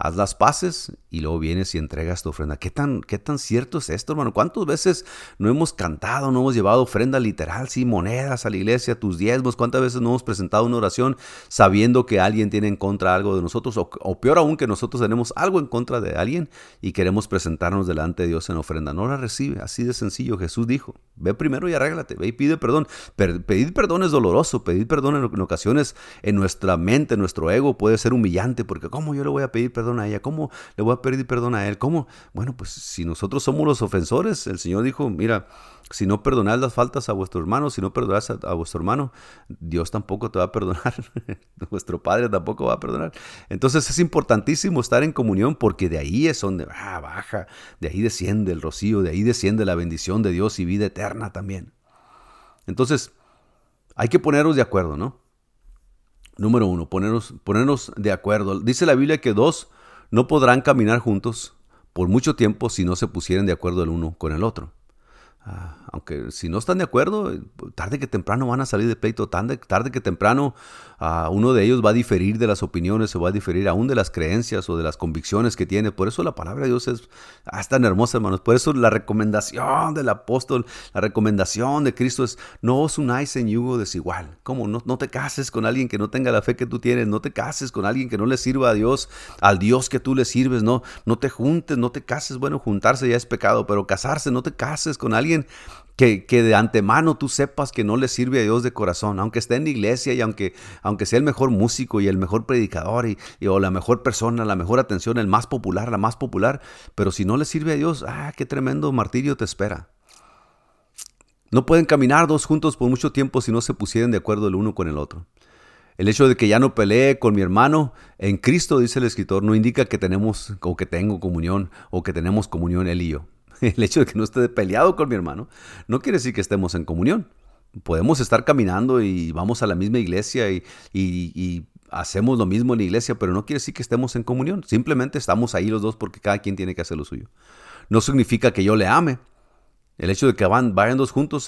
haz las paces y luego vienes y entregas tu ofrenda. ¿Qué tan cierto es esto, hermano? ¿Cuántas veces no hemos cantado, no hemos llevado ofrenda literal, sí, monedas a la iglesia, tus diezmos? ¿Cuántas veces no hemos presentado una oración sabiendo que alguien tiene en contra algo de nosotros? O peor aún, que nosotros tenemos algo en contra de alguien y queremos presentarnos delante de Dios en ofrenda. No la recibe, así de sencillo. Jesús dijo, ve primero y arréglate, ve y pide perdón. Pedir perdón es doloroso, pedir perdón en ocasiones en nuestra mente, en nuestro ego puede ser humillante, porque ¿cómo yo le voy a pedir perdón a ella? ¿Cómo le voy a pedir perdón a él? ¿Cómo? Bueno, pues si nosotros somos los ofensores, el Señor dijo, mira, si no perdonáis las faltas a vuestro hermano, si no perdonás a vuestro hermano, Dios tampoco te va a perdonar, vuestro Padre tampoco va a perdonar. Entonces es importantísimo estar en comunión, porque de ahí es donde baja, de ahí desciende el rocío, de ahí desciende la bendición de Dios y vida eterna también. Entonces, hay que ponernos de acuerdo, ¿no? Número 1, ponernos de acuerdo. Dice la Biblia que dos no podrán caminar juntos por mucho tiempo si no se pusieren de acuerdo el uno con el otro. Aunque si no están de acuerdo, tarde que temprano van a salir de pleito, tarde que temprano uno de ellos va a diferir de las opiniones, o va a diferir aún de las creencias o de las convicciones que tiene. Por eso la palabra de Dios es tan hermosa, hermanos. Por eso la recomendación del apóstol, la recomendación de Cristo es: no os unáis en yugo desigual. ¿Cómo? No te cases con alguien que no tenga la fe que tú tienes, no te cases con alguien que no le sirva a Dios, al Dios que tú le sirves, no te juntes, no te cases. Bueno, juntarse ya es pecado, pero casarse, no te cases con alguien que de antemano tú sepas que no le sirve a Dios de corazón, aunque esté en la iglesia y aunque sea el mejor músico y el mejor predicador o la mejor persona, la mejor atención, el más popular, la más popular, pero si no le sirve a Dios, qué tremendo martirio te espera. No pueden caminar dos juntos por mucho tiempo si no se pusieran de acuerdo el uno con el otro. El hecho de que ya no pelee con mi hermano en Cristo, dice el escritor, no indica que tenemos o que tengo comunión o que tenemos comunión él y yo. El hecho de que no esté peleado con mi hermano no quiere decir que estemos en comunión. Podemos estar caminando y vamos a la misma iglesia y hacemos lo mismo en la iglesia, pero no quiere decir que estemos en comunión. Simplemente estamos ahí los dos porque cada quien tiene que hacer lo suyo. No significa que yo le ame. El hecho de que vayan dos juntos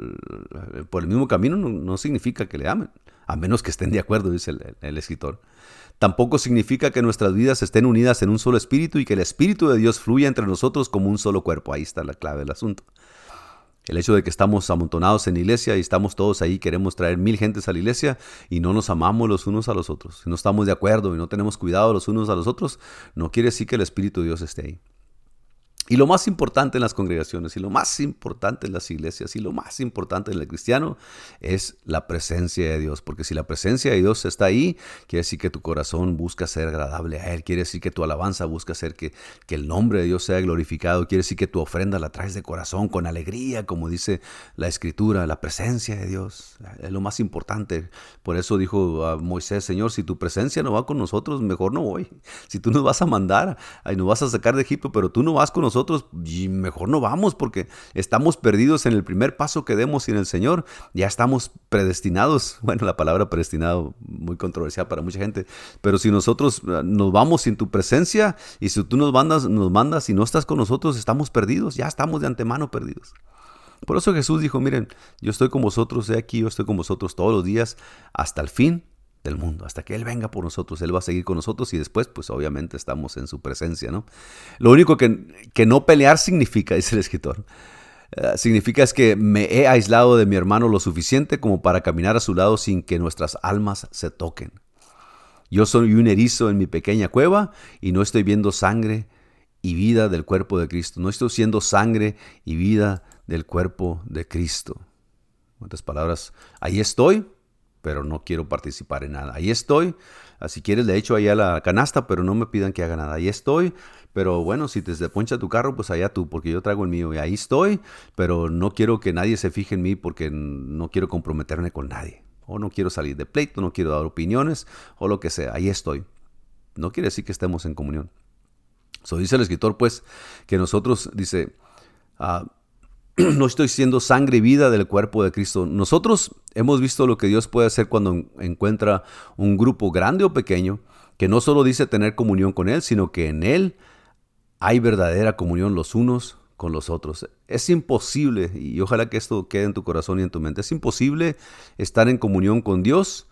por el mismo camino no significa que le amen, a menos que estén de acuerdo, dice el escritor. Tampoco significa que nuestras vidas estén unidas en un solo espíritu y que el Espíritu de Dios fluya entre nosotros como un solo cuerpo. Ahí está la clave del asunto. El hecho de que estamos amontonados en la iglesia y estamos todos ahí, queremos traer 1000 gentes a la iglesia y no nos amamos los unos a los otros, si no estamos de acuerdo y no tenemos cuidado los unos a los otros, no quiere decir que el Espíritu de Dios esté ahí. Y lo más importante en las congregaciones, y lo más importante en las iglesias, y lo más importante en el cristiano es la presencia de Dios. Porque si la presencia de Dios está ahí, quiere decir que tu corazón busca ser agradable a Él. Quiere decir que tu alabanza busca hacer que el nombre de Dios sea glorificado. Quiere decir que tu ofrenda la traes de corazón, con alegría, como dice la Escritura. La presencia de Dios es lo más importante. Por eso dijo a Moisés: Señor, si tu presencia no va con nosotros, mejor no voy. Si tú nos vas a mandar y nos vas a sacar de Egipto, pero tú no vas con nosotros, mejor no vamos, porque estamos perdidos en el primer paso que demos sin el Señor. Ya estamos predestinados. Bueno, la palabra predestinado muy controversial para mucha gente, pero si nosotros nos vamos sin tu presencia y si tú nos mandas y no estás con nosotros, estamos perdidos. Ya estamos de antemano perdidos. Por eso Jesús dijo: miren, yo estoy con vosotros, he aquí, yo estoy con vosotros todos los días hasta el fin del mundo, hasta que Él venga por nosotros. Él va a seguir con nosotros y después, pues obviamente estamos en su presencia, ¿no? Lo único que no pelear significa, dice el escritor, significa es que me he aislado de mi hermano lo suficiente como para caminar a su lado sin que nuestras almas se toquen. Yo soy un erizo en mi pequeña cueva y no estoy viendo sangre y vida del cuerpo de Cristo. No estoy siendo sangre y vida del cuerpo de Cristo. En otras palabras, ahí estoy, pero no quiero participar en nada. Ahí estoy, si quieres le echo ahí a la canasta, pero no me pidan que haga nada. Ahí estoy, pero bueno, si te poncha tu carro, pues allá tú, porque yo traigo el mío. Y ahí estoy, pero no quiero que nadie se fije en mí porque no quiero comprometerme con nadie. O no quiero salir de pleito, no quiero dar opiniones, o lo que sea. Ahí estoy. No quiere decir que estemos en comunión. Dice el escritor, pues, que nosotros, dice, no estoy siendo sangre y vida del cuerpo de Cristo. Nosotros hemos visto lo que Dios puede hacer cuando encuentra un grupo grande o pequeño que no solo dice tener comunión con Él, sino que en Él hay verdadera comunión los unos con los otros. Es imposible, y ojalá que esto quede en tu corazón y en tu mente, es imposible estar en comunión con Dios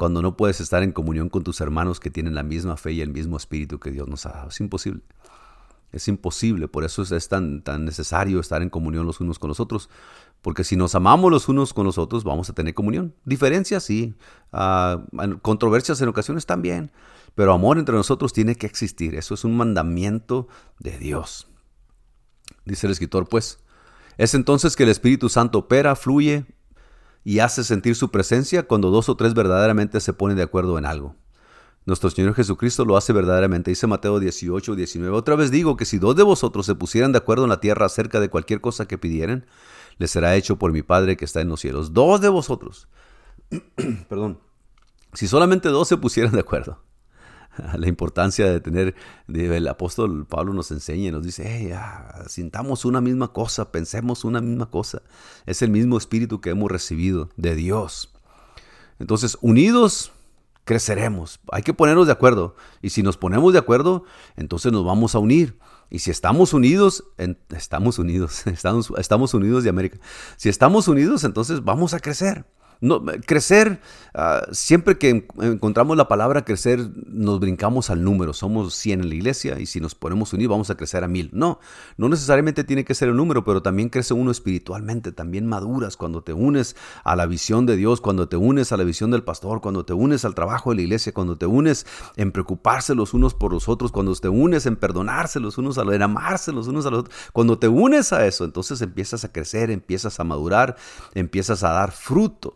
cuando no puedes estar en comunión con tus hermanos que tienen la misma fe y el mismo espíritu que Dios nos ha dado. Es imposible. Es imposible, por eso es tan necesario estar en comunión los unos con los otros, porque si nos amamos los unos con los otros, vamos a tener comunión. Diferencias, sí, controversias en ocasiones también, pero amor entre nosotros tiene que existir. Eso es un mandamiento de Dios. Dice el escritor, pues, es entonces que el Espíritu Santo opera, fluye y hace sentir su presencia cuando 2 o 3 verdaderamente se ponen de acuerdo en algo. Nuestro Señor Jesucristo lo hace verdaderamente. Dice Mateo 18, 19. Otra vez digo que si 2 de vosotros se pusieran de acuerdo en la tierra acerca de cualquier cosa que pidieren, les será hecho por mi Padre que está en los cielos. 2 de vosotros. Perdón. Si solamente 2 se pusieran de acuerdo. La importancia de tener, el apóstol Pablo nos enseña y nos dice, sintamos una misma cosa, pensemos una misma cosa. Es el mismo espíritu que hemos recibido de Dios. Entonces, unidos creceremos. Hay que ponernos de acuerdo. Y si nos ponemos de acuerdo, entonces nos vamos a unir. Y si estamos unidos, estamos unidos de América. Si estamos unidos, entonces vamos a crecer. No, crecer, siempre que encontramos la palabra crecer, nos brincamos al número. Somos 100 en la iglesia y si nos ponemos unidos vamos a crecer a 1000. No necesariamente tiene que ser el número, pero también crece uno espiritualmente. También maduras cuando te unes a la visión de Dios, cuando te unes a la visión del pastor, cuando te unes al trabajo de la iglesia, cuando te unes en preocuparse los unos por los otros, cuando te unes en perdonarse los unos a los, en amarse los unos a los otros. Cuando te unes a eso, entonces empiezas a crecer, empiezas a madurar, empiezas a dar fruto.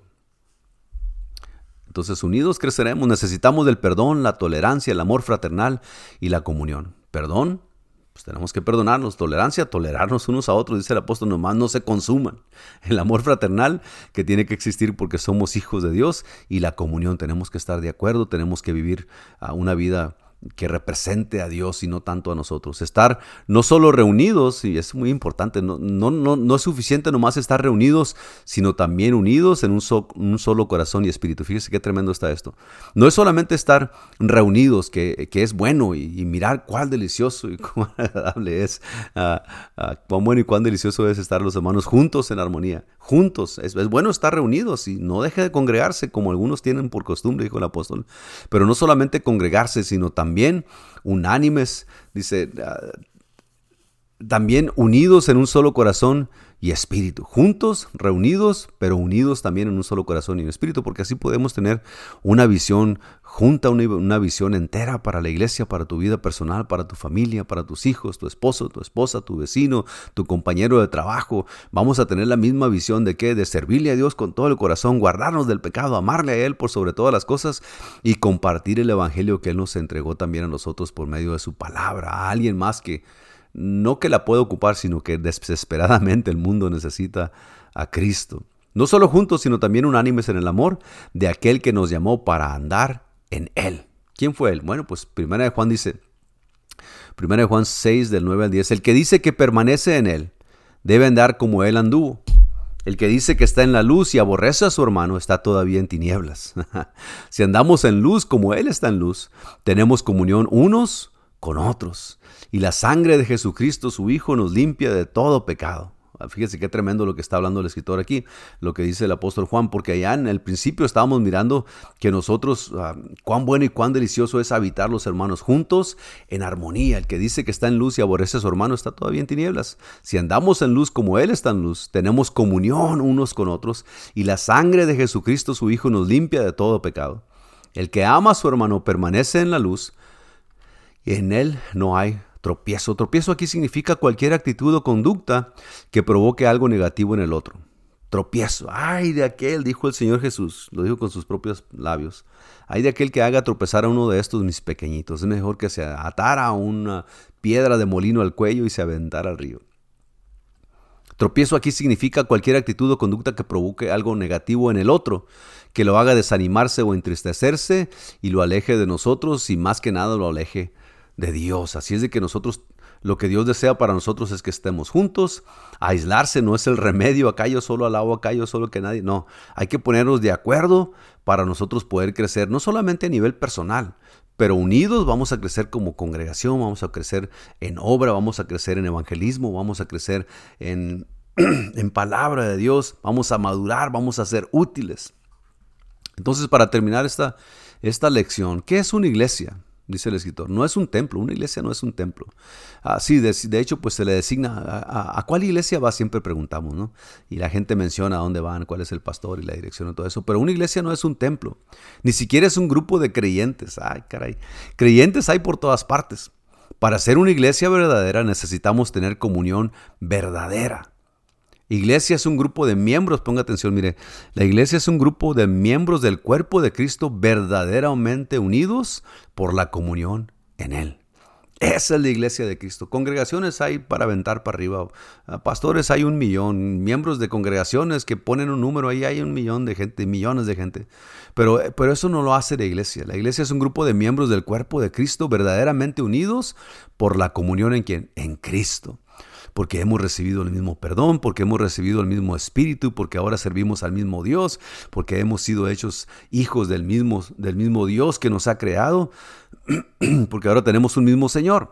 Entonces, unidos creceremos. Necesitamos del perdón, la tolerancia, el amor fraternal y la comunión. Perdón, pues tenemos que perdonarnos. Tolerancia, tolerarnos unos a otros. Dice el apóstol, nomás no se consuman. El amor fraternal que tiene que existir porque somos hijos de Dios. Y la comunión, tenemos que estar de acuerdo. Tenemos que vivir una vida que represente a Dios y no tanto a nosotros. Estar no solo reunidos, y es muy importante, no es suficiente nomás estar reunidos, sino también unidos en un solo corazón y espíritu. Fíjese qué tremendo está esto. No es solamente estar reunidos, que es bueno, y mirar cuán delicioso y cuán agradable es, cuán bueno y cuán delicioso es estar los hermanos juntos en armonía. Juntos, es bueno estar reunidos y no deje de congregarse como algunos tienen por costumbre, dijo el apóstol. Pero no solamente congregarse, sino también unánimes, dice, también unidos en un solo corazón y espíritu. Juntos, reunidos, pero unidos también en un solo corazón y espíritu, porque así podemos tener una visión junta, una visión entera para la iglesia, para tu vida personal, para tu familia, para tus hijos, tu esposo, tu esposa, tu vecino, tu compañero de trabajo. Vamos a tener la misma visión de ¿qué? De servirle a Dios con todo el corazón, guardarnos del pecado, amarle a Él por sobre todas las cosas y compartir el evangelio que Él nos entregó también a nosotros por medio de su palabra, a alguien más que no que la pueda ocupar, sino que desesperadamente el mundo necesita a Cristo. No solo juntos, sino también unánimes en el amor de aquel que nos llamó para andar en Él. ¿Quién fue Él? Bueno, pues Primera de Juan dice, Primera de Juan 6, del 9 al 10, el que dice que permanece en Él, debe andar como Él anduvo. El que dice que está en la luz y aborrece a su hermano está todavía en tinieblas. Si andamos en luz como Él está en luz, tenemos comunión unos con otros. Y la sangre de Jesucristo, su Hijo, nos limpia de todo pecado. Fíjese qué tremendo lo que está hablando el escritor aquí, lo que dice el apóstol Juan, porque allá en el principio estábamos mirando que nosotros, cuán bueno y cuán delicioso es habitar los hermanos juntos en armonía. El que dice que está en luz y aborrece a su hermano está todavía en tinieblas. Si andamos en luz como Él está en luz, tenemos comunión unos con otros y la sangre de Jesucristo, su Hijo, nos limpia de todo pecado. El que ama a su hermano permanece en la luz y en Él no hay tropiezo. Tropiezo aquí significa cualquier actitud o conducta que provoque algo negativo en el otro. Tropiezo. Ay de aquel, dijo el Señor Jesús, lo dijo con sus propios labios. Ay de aquel que haga tropezar a uno de estos mis pequeñitos. Es mejor que se atara a una piedra de molino al cuello y se aventara al río. Tropiezo aquí significa cualquier actitud o conducta que provoque algo negativo en el otro, que lo haga desanimarse o entristecerse y lo aleje de nosotros y más que nada lo aleje de Dios. Así es de que nosotros, lo que Dios desea para nosotros es que estemos juntos. Aislarse no es el remedio, acá yo solo alabo, acá yo solo que nadie. No, hay que ponernos de acuerdo para nosotros poder crecer, no solamente a nivel personal, pero unidos vamos a crecer como congregación, vamos a crecer en obra, vamos a crecer en evangelismo, vamos a crecer en palabra de Dios, vamos a madurar, vamos a ser útiles. Entonces, para terminar esta lección, ¿qué es una iglesia? Dice el escritor, no es un templo, una iglesia no es un templo. Sí, de hecho, pues se le designa, ¿a cuál iglesia va? Siempre preguntamos, ¿no? Y la gente menciona a dónde van, cuál es el pastor y la dirección y todo eso. Pero una iglesia no es un templo, ni siquiera es un grupo de creyentes. Ay, caray, creyentes hay por todas partes. Para ser una iglesia verdadera necesitamos tener comunión verdadera. Iglesia es un grupo de miembros, ponga atención, mire, la iglesia es un grupo de miembros del cuerpo de Cristo verdaderamente unidos por la comunión en Él. Esa es la iglesia de Cristo. Congregaciones hay para aventar para arriba. Pastores hay 1,000,000. Miembros de congregaciones que ponen un número ahí hay 1,000,000 de gente, millones de gente. Pero eso no lo hace la iglesia. La iglesia es un grupo de miembros del cuerpo de Cristo verdaderamente unidos por la comunión en ¿quién? En Cristo. Porque hemos recibido el mismo perdón, porque hemos recibido el mismo Espíritu, porque ahora servimos al mismo Dios, porque hemos sido hechos hijos del mismo Dios que nos ha creado, porque ahora tenemos un mismo Señor.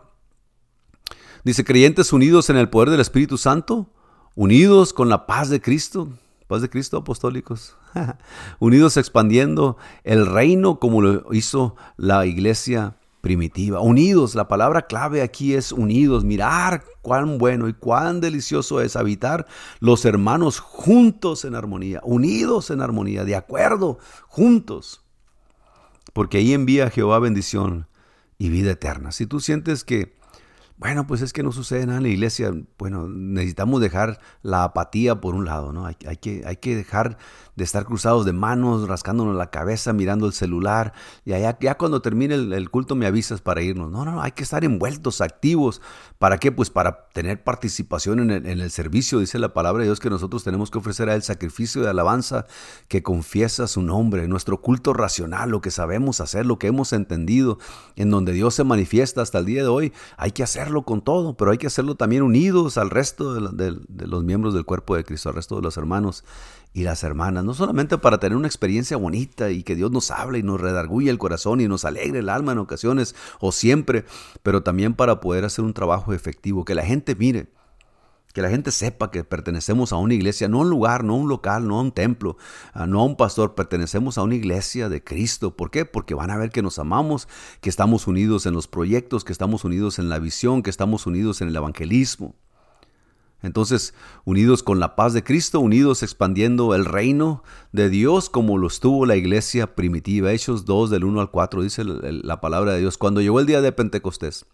Dice, creyentes unidos en el poder del Espíritu Santo, unidos con la paz de Cristo apostólicos, unidos expandiendo el reino como lo hizo la iglesia primitiva. Unidos, la palabra clave aquí es unidos. Mirar cuán bueno y cuán delicioso es habitar los hermanos juntos en armonía, unidos en armonía, de acuerdo, juntos. Porque ahí envía Jehová bendición y vida eterna. Si tú sientes que, bueno, pues es que no sucede nada en la iglesia, bueno, necesitamos dejar la apatía por un lado, ¿no? Hay que dejar de estar cruzados de manos, rascándonos la cabeza, mirando el celular. Y ya cuando termine el culto me avisas para irnos. No, hay que estar envueltos, activos. ¿Para qué? Pues para tener participación en el servicio. Dice la palabra de Dios que nosotros tenemos que ofrecer a Él sacrificio de alabanza que confiesa su nombre. Nuestro culto racional, lo que sabemos hacer, lo que hemos entendido, en donde Dios se manifiesta hasta el día de hoy. Hay que hacerlo con todo, pero hay que hacerlo también unidos al resto de los miembros del cuerpo de Cristo, al resto de los hermanos y las hermanas, no solamente para tener una experiencia bonita y que Dios nos hable y nos redarguya el corazón y nos alegre el alma en ocasiones o siempre, pero también para poder hacer un trabajo efectivo, que la gente mire, que la gente sepa que pertenecemos a una iglesia, no a un lugar, no a un local, no a un templo, no a un pastor, pertenecemos a una iglesia de Cristo. ¿Por qué? Porque van a ver que nos amamos, que estamos unidos en los proyectos, que estamos unidos en la visión, que estamos unidos en el evangelismo. Entonces, unidos con la paz de Cristo, unidos expandiendo el reino de Dios como lo estuvo la iglesia primitiva. Hechos 2, del 1 al 4, dice la palabra de Dios. Cuando llegó el día de Pentecostés,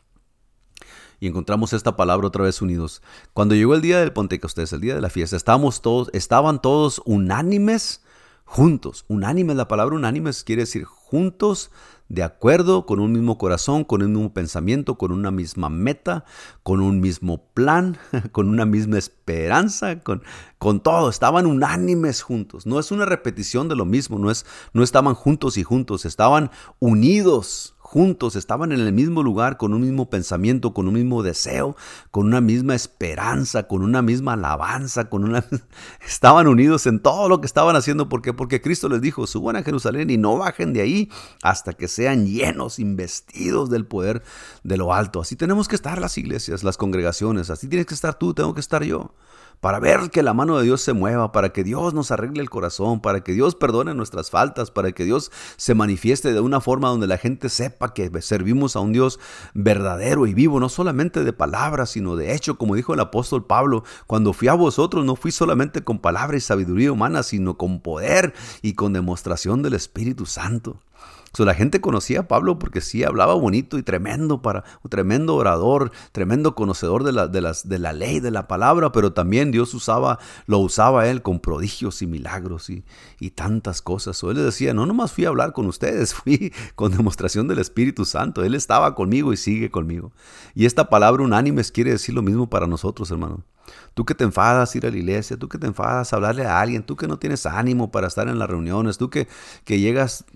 y encontramos esta palabra otra vez unidos. Cuando llegó el día del Pentecostés, el día de la fiesta, estaban todos unánimes juntos. Unánimes, la palabra unánimes quiere decir juntos, de acuerdo, con un mismo corazón, con un mismo pensamiento, con una misma meta, con un mismo plan, con una misma esperanza, con todo. Estaban unánimes juntos. No es una repetición de lo mismo, no estaban juntos y juntos, estaban unidos. Juntos, estaban en el mismo lugar, con un mismo pensamiento, con un mismo deseo, con una misma esperanza, con una misma alabanza, estaban unidos en todo lo que estaban haciendo. ¿Por qué? Porque Cristo les dijo, suban a Jerusalén y no bajen de ahí hasta que sean llenos, investidos del poder de lo alto. Así tenemos que estar las iglesias, las congregaciones, así tienes que estar tú, tengo que estar yo. Para ver que la mano de Dios se mueva, para que Dios nos arregle el corazón, para que Dios perdone nuestras faltas, para que Dios se manifieste de una forma donde la gente sepa que servimos a un Dios verdadero y vivo, no solamente de palabras, sino de hecho, como dijo el apóstol Pablo, cuando fui a vosotros no fui solamente con palabra y sabiduría humana, sino con poder y con demostración del Espíritu Santo. La gente conocía a Pablo porque sí hablaba bonito y tremendo orador, tremendo conocedor de la ley, de la palabra, pero también Dios lo usaba él con prodigios y milagros y tantas cosas. Él les decía, no nomás fui a hablar con ustedes, fui con demostración del Espíritu Santo. Él estaba conmigo y sigue conmigo. Y esta palabra unánimes quiere decir lo mismo para nosotros, hermano. Tú que te enfadas ir a la iglesia, tú que te enfadas hablarle a alguien, tú que no tienes ánimo para estar en las reuniones, tú que llegas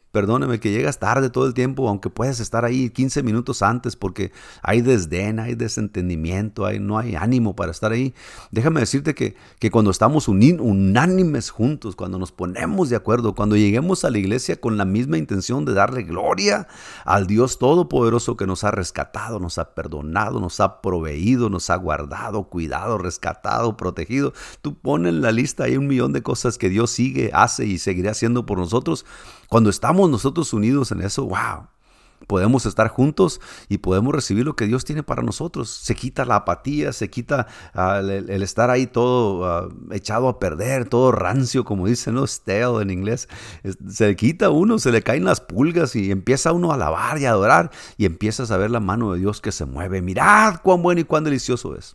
perdóneme, que llegas tarde todo el tiempo, aunque puedes estar ahí 15 minutos antes porque hay desdén, hay desentendimiento, no hay ánimo para estar ahí. Déjame decirte que cuando estamos unánimes juntos, cuando nos ponemos de acuerdo, cuando lleguemos a la iglesia con la misma intención de darle gloria al Dios Todopoderoso que nos ha rescatado, nos ha perdonado, nos ha proveído, nos ha guardado, cuidado, rescatado, protegido. Tú pones en la lista ahí 1,000,000 de cosas que Dios sigue, hace y seguirá haciendo por nosotros. Cuando estamos nosotros unidos en eso, wow, podemos estar juntos y podemos recibir lo que Dios tiene para nosotros. Se quita la apatía, se quita el estar ahí todo echado a perder, todo rancio, como dicen, ¿no? Stale en inglés. Se quita uno, se le caen las pulgas y empieza uno a alabar y a adorar y empiezas a ver la mano de Dios que se mueve. Mirad cuán bueno y cuán delicioso es.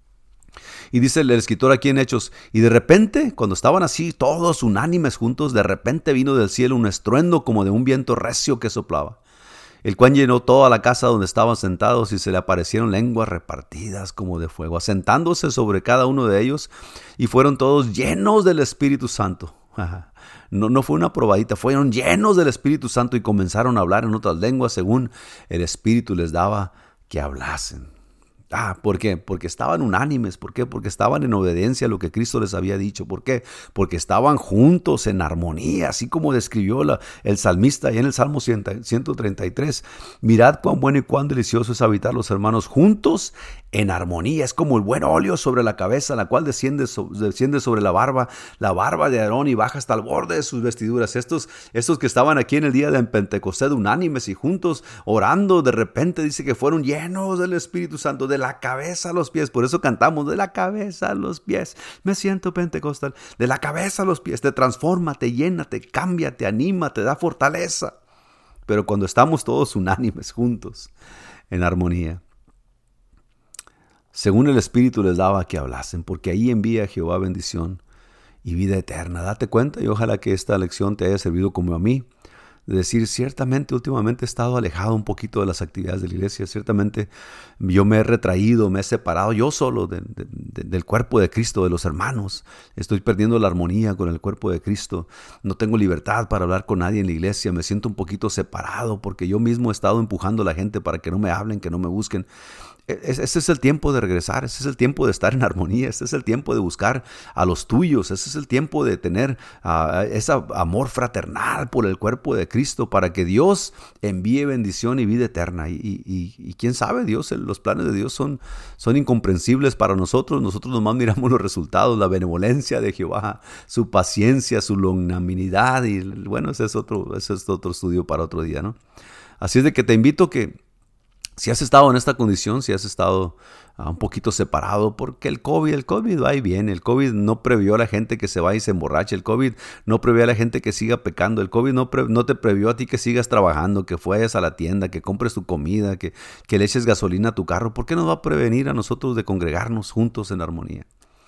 Y dice el escritor aquí en Hechos, y de repente, cuando estaban así todos unánimes juntos, de repente vino del cielo un estruendo como de un viento recio que soplaba, el cual llenó toda la casa donde estaban sentados, y se le aparecieron lenguas repartidas como de fuego, asentándose sobre cada uno de ellos, y fueron todos llenos del Espíritu Santo. No fue una probadita, fueron llenos del Espíritu Santo y comenzaron a hablar en otras lenguas según el Espíritu les daba que hablasen. ¿Por qué? Porque estaban unánimes. ¿Por qué? Porque estaban en obediencia a lo que Cristo les había dicho. ¿Por qué? Porque estaban juntos en armonía, así como describió el salmista ahí en el Salmo 133. Mirad cuán bueno y cuán delicioso es habitar los hermanos juntos en armonía. Es como el buen óleo sobre la cabeza, la cual desciende sobre la barba de Aarón y baja hasta el borde de sus vestiduras. Estos que estaban aquí en el día de Pentecostés unánimes y juntos orando, de repente dice que fueron llenos del Espíritu Santo, de la cabeza a los pies. Por eso cantamos, de la cabeza a los pies. Me siento pentecostal. De la cabeza a los pies. Te transforma, te llena, te cambia, te anima, te da fortaleza. Pero cuando estamos todos unánimes juntos, en armonía, según el Espíritu les daba que hablasen, porque ahí envía Jehová bendición y vida eterna. Date cuenta y ojalá que esta lección te haya servido como a mí. De decir, ciertamente últimamente he estado alejado un poquito de las actividades de la iglesia. Ciertamente yo me he retraído, me he separado yo solo del cuerpo de Cristo, de los hermanos. Estoy perdiendo la armonía con el cuerpo de Cristo. No tengo libertad para hablar con nadie en la iglesia. Me siento un poquito separado porque yo mismo he estado empujando a la gente para que no me hablen, que no me busquen. Ese es el tiempo de regresar, ese es el tiempo de estar en armonía, ese es el tiempo de buscar a los tuyos, ese es el tiempo de tener ese amor fraternal por el cuerpo de Cristo para que Dios envíe bendición y vida eterna. Y quién sabe, los planes de Dios son incomprensibles para nosotros. Nosotros nomás miramos los resultados, la benevolencia de Jehová, su paciencia, su longanimidad, y bueno, ese es otro estudio para otro día, ¿no? Así es de que te invito que si has estado en esta condición, si has estado un poquito separado, porque el COVID va y viene. El COVID no previó a la gente que se vaya y se emborrache. El COVID no previó a la gente que siga pecando. El COVID no te previó a ti que sigas trabajando, que vayas a la tienda, que compres tu comida, que le eches gasolina a tu carro. ¿Por qué nos va a prevenir a nosotros de congregarnos juntos en armonía?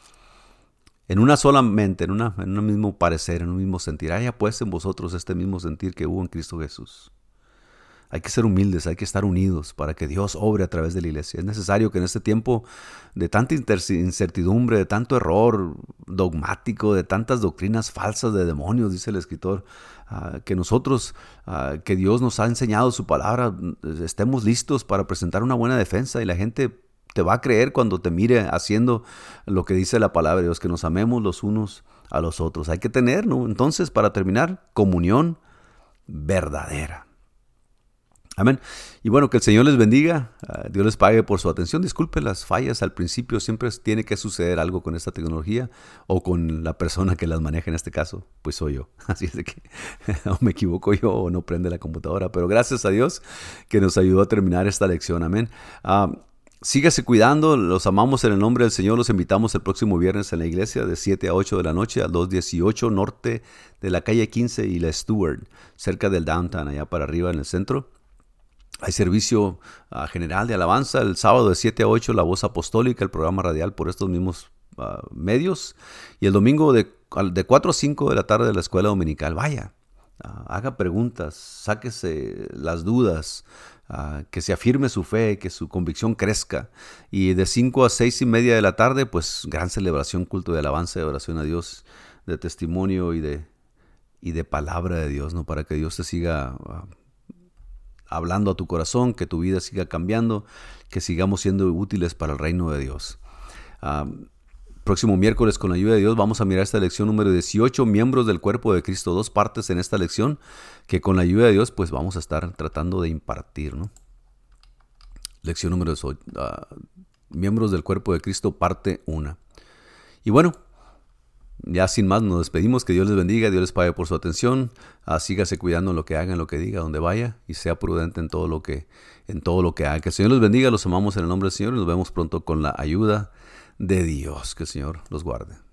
En una sola mente, en un mismo parecer, en un mismo sentir. Haya pues en vosotros este mismo sentir que hubo en Cristo Jesús. Hay que ser humildes, hay que estar unidos para que Dios obre a través de la iglesia. Es necesario que en este tiempo de tanta incertidumbre, de tanto error dogmático, de tantas doctrinas falsas de demonios, dice el escritor, que nosotros, que Dios nos ha enseñado su palabra, estemos listos para presentar una buena defensa y la gente te va a creer cuando te mire haciendo lo que dice la palabra de Dios, que nos amemos los unos a los otros. Hay que tener, ¿no? Entonces, para terminar, comunión verdadera. Amén. Y bueno, que el Señor les bendiga, Dios les pague por su atención. Disculpe las fallas al principio, siempre tiene que suceder algo con esta tecnología o con la persona que las maneja, en este caso, pues soy yo. Así es de que o me equivoco yo o no prende la computadora, pero gracias a Dios que nos ayudó a terminar esta lección. Amén. Sígase cuidando, los amamos en el nombre del Señor. Los invitamos el próximo viernes en la iglesia de 7 a 8 de la noche al 218 norte de la calle 15 y la Stewart, cerca del downtown, allá para arriba en el centro. Hay servicio general de alabanza el sábado de 7 a 8, la voz apostólica, el programa radial por estos mismos medios. Y el domingo de 4 a 5 de la tarde de la escuela dominical. Vaya, haga preguntas, sáquese las dudas, que se afirme su fe, que su convicción crezca. Y de 5 a 6 y media de la tarde, pues gran celebración, culto de alabanza, de oración a Dios, de testimonio y de y de palabra de Dios, ¿no? Para que Dios te siga hablando a tu corazón, que tu vida siga cambiando, que sigamos siendo útiles para el reino de Dios. Próximo miércoles, con la ayuda de Dios, vamos a mirar esta lección número 18, miembros del cuerpo de Cristo. 2 partes en esta lección que con la ayuda de Dios pues vamos a estar tratando de impartir, ¿no? Lección número 18, miembros del cuerpo de Cristo, parte 1. Y bueno, ya sin más nos despedimos. Que Dios les bendiga, Dios les pague por su atención. Sígase cuidando en lo que haga, en lo que diga, donde vaya, y sea prudente en todo lo que haga. Que el Señor los bendiga, los amamos en el nombre del Señor y nos vemos pronto con la ayuda de Dios. Que el Señor los guarde.